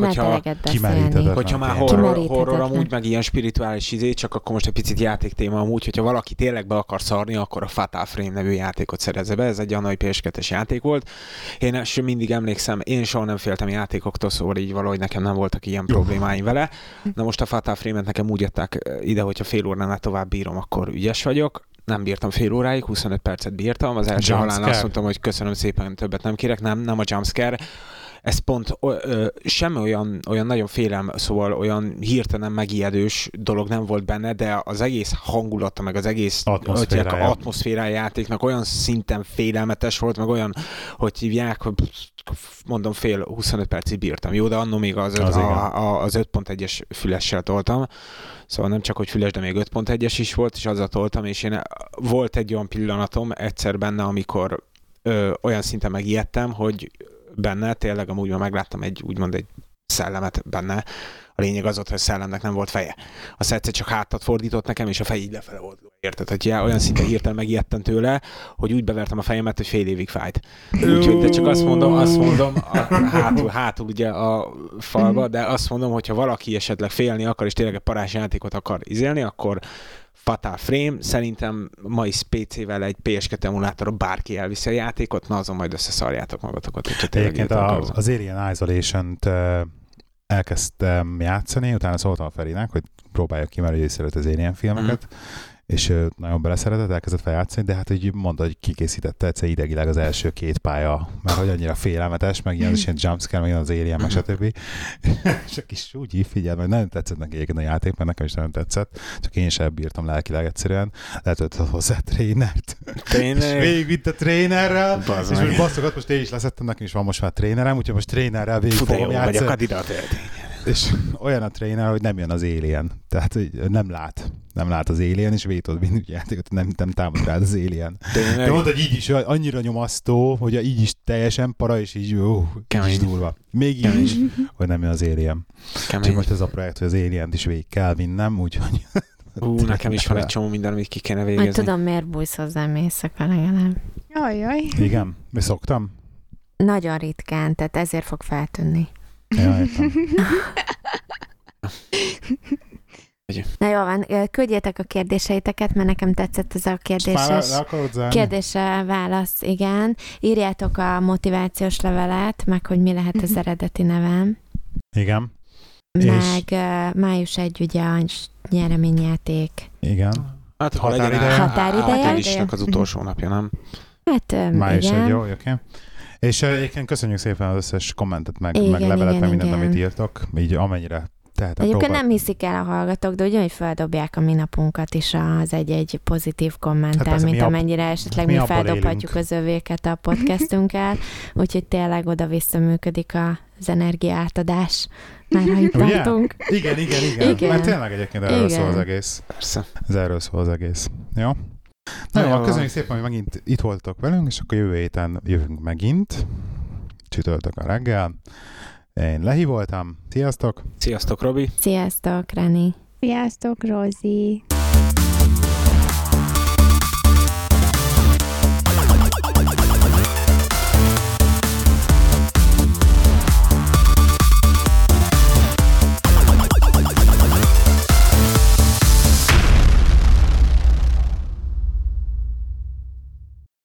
B: hogyha
C: már horror amúgy, meg ilyen spirituális csak akkor most egy picit játéktéma amúgy, hogyha valaki tényleg be akar szarni, akkor a Fatal Frame nevű játékot szerezze be. Ez egy annai PS2-es játék volt. Én mindig emlékszem, én soha nem féltem játékoktól, szóval így valahogy nekem nem voltak ilyen problémáim vele. Na most a Fatal Frame-et nekem úgy adták ide, hogyha fél óránál tovább bírom, akkor ügyes vagyok. Nem bírtam fél óráig, 25 percet bírtam. Az első halálnál azt mondtam, hogy köszönöm szépen, többet nem kérek. Nem a jumpscare. Ez pont semmi olyan nagyon félelem, szóval olyan hirtelen megijedős dolog nem volt benne, de az egész hangulata, meg az egész atmoszférája játéknak olyan szinten félelmetes volt, meg olyan, hogy hívják, hogy mondom 25 percig bírtam. Jó, de annól még az 5.1-es fülessel toltam. Szóval nem csak, hogy füles, de még 5.1-es is volt, és azzal toltam, és volt egy olyan pillanatom egyszer benne, amikor olyan szinten megijedtem, hogy benne, tényleg amúgy már megláttam egy szellemet benne. A lényeg az ott, hogy a szellemnek nem volt feje. Azt egyszer csak hátat fordított nekem, és a fej így lefele volt. Érted? Hogy olyan szinten hirtelen megijedtem tőle, hogy úgy bevertem a fejemet, hogy fél évig fájt. Úgyhogy de csak azt mondom hátul ugye a falba, de azt mondom, hogyha valaki esetleg félni akar, és tényleg egy parás játékot akar izélni, akkor Fatal Frame, szerintem mai PC-vel egy PS2 emulátorra bárki elviszi a játékot, na azon majd összeszarjátok magatokat.
B: Egyébként az Alien Isolation-t elkezdtem játszani, utána szóltam a Ferinek, hogy próbálja ki, mert ő szeret az Alien filmeket, és nagyon beleszeretett, elkezdett feljátszani, de hát így mondta, hogy kikészítette egyszer idegileg az első 2 pálya, mert hogy annyira félelmetes, meg ilyen jumpscare, meg ilyen az Alien, meg stb. És a kis úgy figyel, mert nagyon tetszett neki egyébként a játék, mert nekem is nagyon tetszett, csak én sem bírtam lelkileg egyszerűen, lehet, hogy hozzá trénert. És végigvitt a trénerrel, és most basszogat, most én is leszettem, nekem is van most már trénerem, úgyhogy most trénerrel végig fogom játszani. És olyan a tréner, hogy nem jön az Alien, tehát hogy nem lát az Alien, és vétod mindig játékot, nem támad rád az Alien. De mondta, hogy így is annyira nyomasztó, hogy így is teljesen para, és így is durva. Még így is, hogy nem jön az Alien. Csak most ez a projekt, hogy az Alien-t is végig kell vinnem, úgyhogy...
C: nekem is van egy csomó minden, amit ki kéne végezni.
A: Majd tudom, miért bújsz hozzám éjszaka legalább.
D: Jaj.
B: Igen? Mi szoktam?
A: Nagyon ritkán, tehát ezért fog feltűnni.
B: Ja, értem.
A: Na jól van, küldjétek a kérdéseiteket, mert nekem tetszett ez a kérdésre válasz, igen. Írjátok a motivációs levelet, meg hogy mi lehet az eredeti nevem.
B: Igen.
A: Meg május 1 ugye a nyereményjáték.
B: Igen.
C: Hát
A: határideje.
C: Az utolsó napja, nem?
A: Hát
B: május
A: igen.
B: 1, jó, oké. És egyébként köszönjük szépen az összes kommentet, meg levelet, meg mindent, amit írtok, így amennyire tehetek.
A: Egyébként nem hiszik el a hallgatók, de ugyanúgy feldobják a mi napunkat is az egy pozitív kommenttel, hát mint amennyire esetleg mi feldobhatjuk az övéket a podcastünkkel, úgyhogy tényleg oda-vissza működik az energiaátadás. Már ha itt tartunk.
B: Igen. Mert tényleg egyébként erről szól az egész.
C: Persze.
B: Ez erről szól az egész. Jó? Na jó, köszönjük szépen, hogy megint itt voltatok velünk, és akkor jövő héten jövünk megint. Csütörtökön reggel. Én Lehi voltam. Sziasztok!
C: Sziasztok, Robi!
A: Sziasztok, Reni!
D: Sziasztok, Rozi!